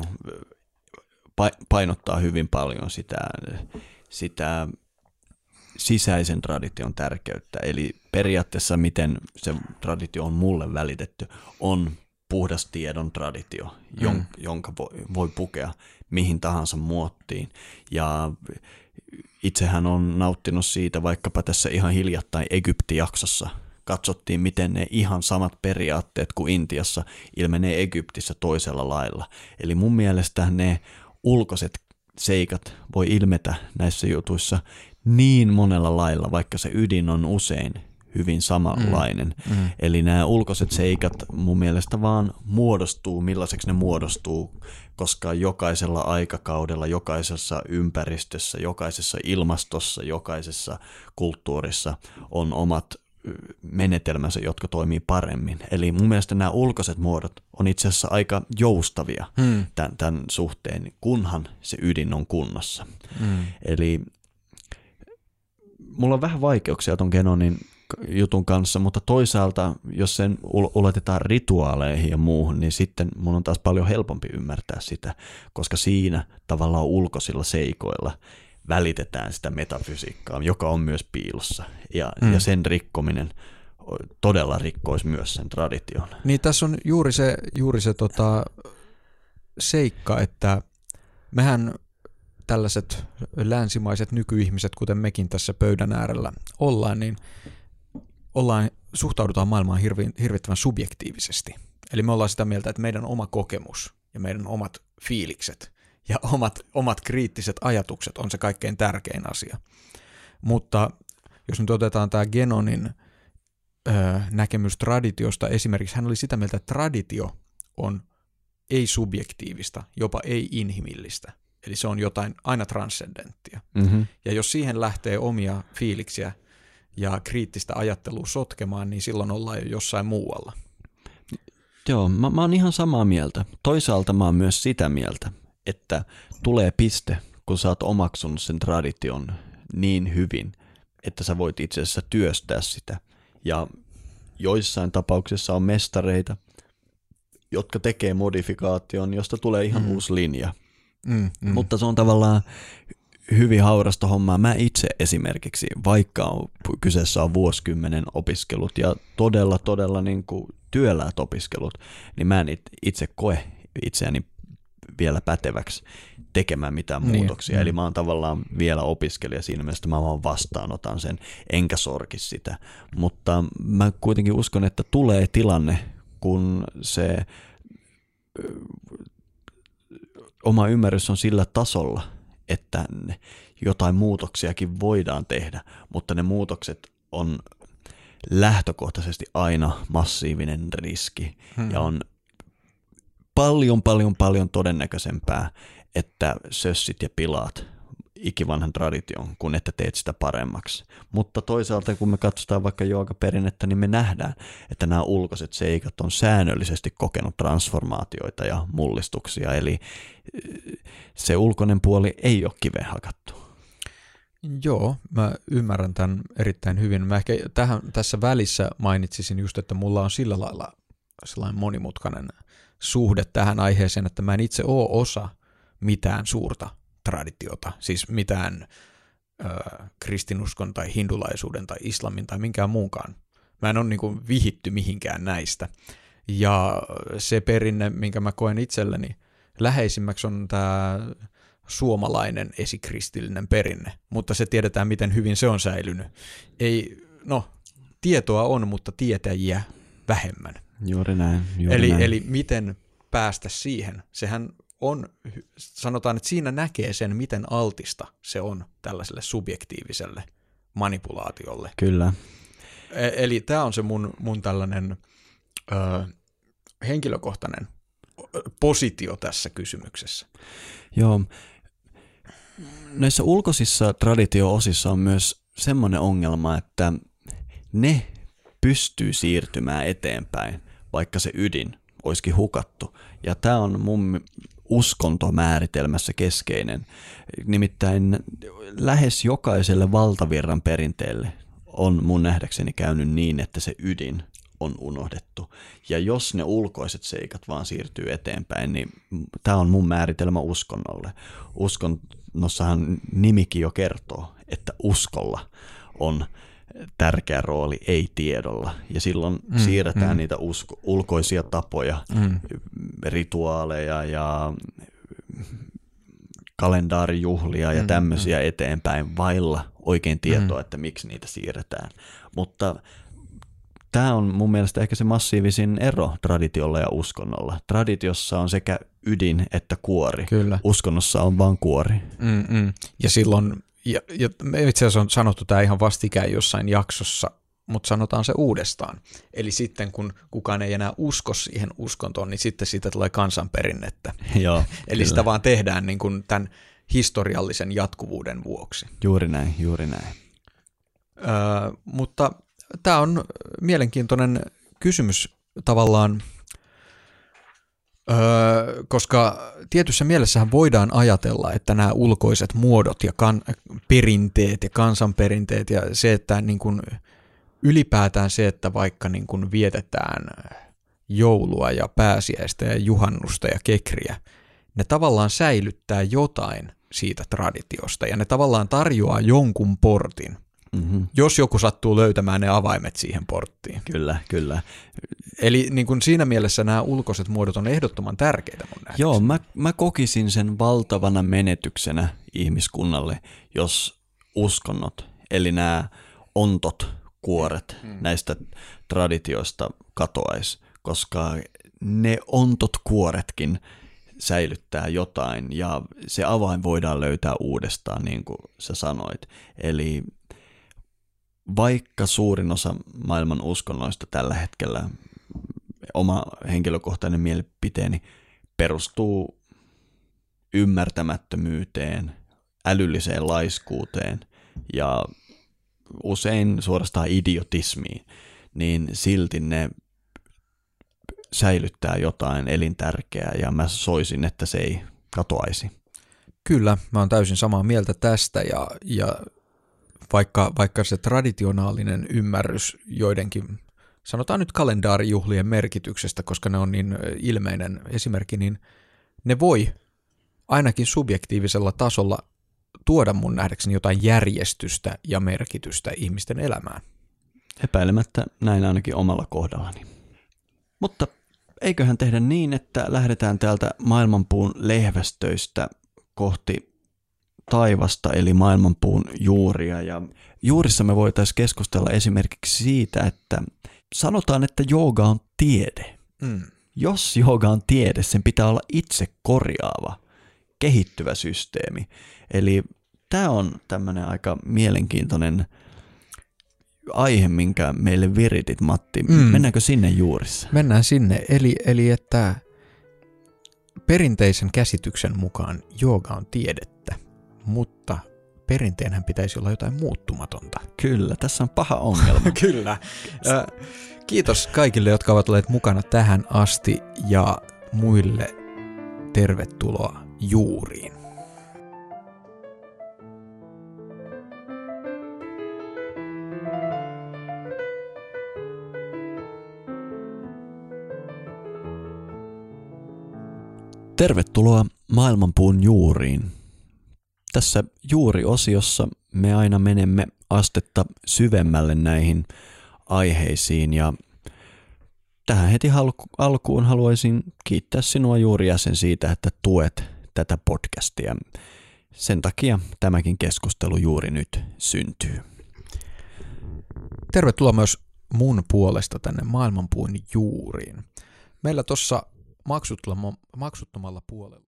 painottaa hyvin paljon sitä, sitä sisäisen tradition tärkeyttä. Eli periaatteessa miten se traditio on mulle välitetty, on puhdas tiedon traditio, mm. jonka voi, voi pukea mihin tahansa muottiin. Ja itsehän on nauttinut siitä vaikkapa tässä ihan hiljattain Egypti-jaksossa. Katsottiin, miten ne ihan samat periaatteet kuin Intiassa ilmenee Egyptissä toisella lailla. Eli mun mielestä ne ulkoiset seikat voi ilmetä näissä jutuissa niin monella lailla, vaikka se ydin on usein hyvin samanlainen. Mm. Mm. Eli nämä ulkoiset seikat mun mielestä vaan muodostuu, millaiseksi ne muodostuu, koska jokaisella aikakaudella, jokaisessa ympäristössä, jokaisessa ilmastossa, jokaisessa kulttuurissa on omat menetelmänsä, jotka toimii paremmin. Eli mun mielestä nämä ulkoiset muodot on itse asiassa aika joustavia mm. tämän, tämän suhteen, kunhan se ydin on kunnossa. Mm. Eli mulla on vähän vaikeuksia ton Genonin jutun kanssa, mutta toisaalta, jos sen ulotetaan rituaaleihin ja muuhun, niin sitten mun on taas paljon helpompi ymmärtää sitä, koska siinä tavallaan ulkoisilla seikoilla välitetään sitä metafysiikkaa, joka on myös piilossa, ja, mm. ja sen rikkominen todella rikkoisi myös sen tradition. Niin tässä on juuri se, juuri se tota, seikka, että mehän tällaiset länsimaiset nykyihmiset, kuten mekin tässä pöydän äärellä ollaan, niin ollaan, suhtaudutaan maailmaan hirvi, hirvittävän subjektiivisesti. Eli me ollaan sitä mieltä, että meidän oma kokemus ja meidän omat fiilikset ja omat, omat kriittiset ajatukset on se kaikkein tärkein asia. Mutta jos nyt otetaan tämä Genonin ö, näkemys traditiosta, esimerkiksi hän oli sitä mieltä, että traditio on ei-subjektiivista, jopa ei-inhimillistä. Eli se on jotain aina transcendenttia. Mm-hmm. Ja jos siihen lähtee omia fiiliksiä ja kriittistä ajattelua sotkemaan, niin silloin ollaan jo jossain muualla. Joo, mä, mä oon ihan samaa mieltä. Toisaalta mä oon myös sitä mieltä, että tulee piste, kun sä oot omaksunut sen tradition niin hyvin, että sä voit itse asiassa työstää sitä. Ja joissain tapauksissa on mestareita, jotka tekee modifikaation, josta tulee ihan mm. uusi linja. Mm, mm. Mutta se on tavallaan hyvin haurasta hommaa. Mä itse esimerkiksi, vaikka on, kyseessä on vuosikymmenen opiskelut ja todella, todella niin kuin työläät opiskelut, niin mä en itse koe itseäni vielä päteväksi tekemään mitään niin, muutoksia. Mm. Eli mä oon tavallaan vielä opiskelija siinä mielessä, mä vaan vastaanotan sen, enkä sorki sitä. Mutta mä kuitenkin uskon, että tulee tilanne, kun se oma ymmärrys on sillä tasolla, että jotain muutoksiakin voidaan tehdä, mutta ne muutokset on lähtökohtaisesti aina massiivinen riski hmm. ja on paljon, paljon, paljon todennäköisempää, että sössit ja pilaat ikivanhan tradition, kun että teet sitä paremmaksi. Mutta toisaalta, kun me katsotaan vaikka joogaperinnettä, niin me nähdään, että nämä ulkoiset seikat on säännöllisesti kokenut transformaatioita ja mullistuksia, eli se ulkoinen puoli ei ole kiveen hakattu. Joo, mä ymmärrän tämän erittäin hyvin. Mä ehkä tähän, tässä välissä mainitsisin just, että mulla on sillä lailla sellainen monimutkainen suhde tähän aiheeseen, että mä en itse ole osa mitään suurta traditiota, siis mitään ö, kristinuskon tai hindulaisuuden tai islamin tai minkään muunkaan. Mä en ole niin kuin vihitty mihinkään näistä. Ja se perinne, minkä mä koen itselleni läheisimmäksi, on tämä suomalainen esikristillinen perinne, mutta se tiedetään, miten hyvin se on säilynyt. Ei, no, tietoa on, mutta tietäjiä vähemmän. Juuri näin. Juuri eli, näin. eli miten päästä siihen? Sehän on, sanotaan, että siinä näkee sen, miten altista se on tällaiselle subjektiiviselle manipulaatiolle. Kyllä. E- eli tämä on se mun, mun tällainen ö, henkilökohtainen positio tässä kysymyksessä. Joo. Näissä ulkoisissa traditio-osissa on myös semmoinen ongelma, että ne pystyy siirtymään eteenpäin, vaikka se ydin olisikin hukattu. Ja tämä on mun uskontomääritelmässä keskeinen. Nimittäin lähes jokaiselle valtavirran perinteelle on mun nähdäkseni käynyt niin, että se ydin on unohdettu. Ja jos ne ulkoiset seikat vaan siirtyy eteenpäin, niin tämä on mun määritelmä uskonnolle. Uskonnossahan nimikin jo kertoo, että uskolla on tärkeä rooli, ei tiedolla. Ja silloin mm, siirretään mm. niitä usko, ulkoisia tapoja, mm. rituaaleja ja kalendaarijuhlia ja mm, tämmöisiä mm. eteenpäin vailla oikein tietoa, mm. että miksi niitä siirretään. Mutta tämä on mun mielestä ehkä se massiivisin ero traditiolla ja uskonnolla. Traditiossa on sekä ydin että kuori. Kyllä. Uskonnossa on vain kuori. Mm-mm. Ja silloin, ja, ja itse asiassa on sanottu tämä ihan vastikään jossain jaksossa, mutta sanotaan se uudestaan. Eli sitten kun kukaan ei enää usko siihen uskontoon, niin sitten siitä tulee kansanperinnettä. Joo, eli kyllä. Sitä vaan tehdään niin kuin tämän historiallisen jatkuvuuden vuoksi. Juuri näin, juuri näin. Öö, mutta tämä on mielenkiintoinen kysymys tavallaan, öö, koska tietyssä mielessähän voidaan ajatella, että nämä ulkoiset muodot ja kan- perinteet ja kansanperinteet ja se, että niin kuin ylipäätään se, että vaikka niin kuin vietetään joulua ja pääsiäistä ja juhannusta ja kekriä, ne tavallaan säilyttää jotain siitä traditiosta ja ne tavallaan tarjoaa jonkun portin. Mm-hmm. Jos joku sattuu löytämään ne avaimet siihen porttiin. Kyllä, kyllä. Eli niin kuin siinä mielessä nämä ulkoiset muodot on ehdottoman tärkeitä mun nähdäkseni. Joo, mä, mä kokisin sen valtavana menetyksenä ihmiskunnalle, jos uskonnot, eli nämä ontot kuoret mm. näistä traditioista katoaisi, koska ne ontot kuoretkin säilyttää jotain ja se avain voidaan löytää uudestaan, niin kuin sä sanoit. Eli vaikka suurin osa maailman uskonnoista tällä hetkellä, oma henkilökohtainen mielipiteeni, perustuu ymmärtämättömyyteen, älylliseen laiskuuteen ja usein suorastaan idiotismiin, niin silti ne säilyttää jotain elintärkeää ja mä soisin, että se ei katoaisi. Kyllä, mä oon täysin samaa mieltä tästä ja, ja vaikka, vaikka se traditionaalinen ymmärrys joidenkin, sanotaan nyt kalendaarijuhlien merkityksestä, koska ne on niin ilmeinen esimerkki, niin ne voi ainakin subjektiivisella tasolla tuoda mun nähdäkseni jotain järjestystä ja merkitystä ihmisten elämään. Epäilemättä näin ainakin omalla kohdallani. Mutta eiköhän tehdä niin, että lähdetään täältä maailmanpuun lehvästöistä kohti taivasta, eli maailmanpuun juuria. Ja juurissa me voitaisiin keskustella esimerkiksi siitä, että sanotaan, että jooga on tiede. Mm. Jos jooga on tiede, sen pitää olla itse korjaava, kehittyvä systeemi. Eli tämä on tämmöinen aika mielenkiintoinen aihe, minkä meille viritit, Matti. Mm. Mennäänkö sinne juurissa? Mennään sinne. Eli, eli että perinteisen käsityksen mukaan jooga on tiedettä, mutta perinteenhän pitäisi olla jotain muuttumatonta. Kyllä, tässä on paha ongelma. Kyllä. Kiitos kaikille, jotka ovat olleet mukana tähän asti ja muille tervetuloa juuriin. Tervetuloa maailmanpuun juuriin. Tässä juuriosiossa me aina menemme astetta syvemmälle näihin aiheisiin ja tähän heti alkuun haluaisin kiittää sinua juurijäsen siitä, että tuet tätä podcastia. Sen takia tämäkin keskustelu juuri nyt syntyy. Tervetuloa myös mun puolesta tänne maailmanpuun juuriin. Meillä tuossa maksuttomalla puolella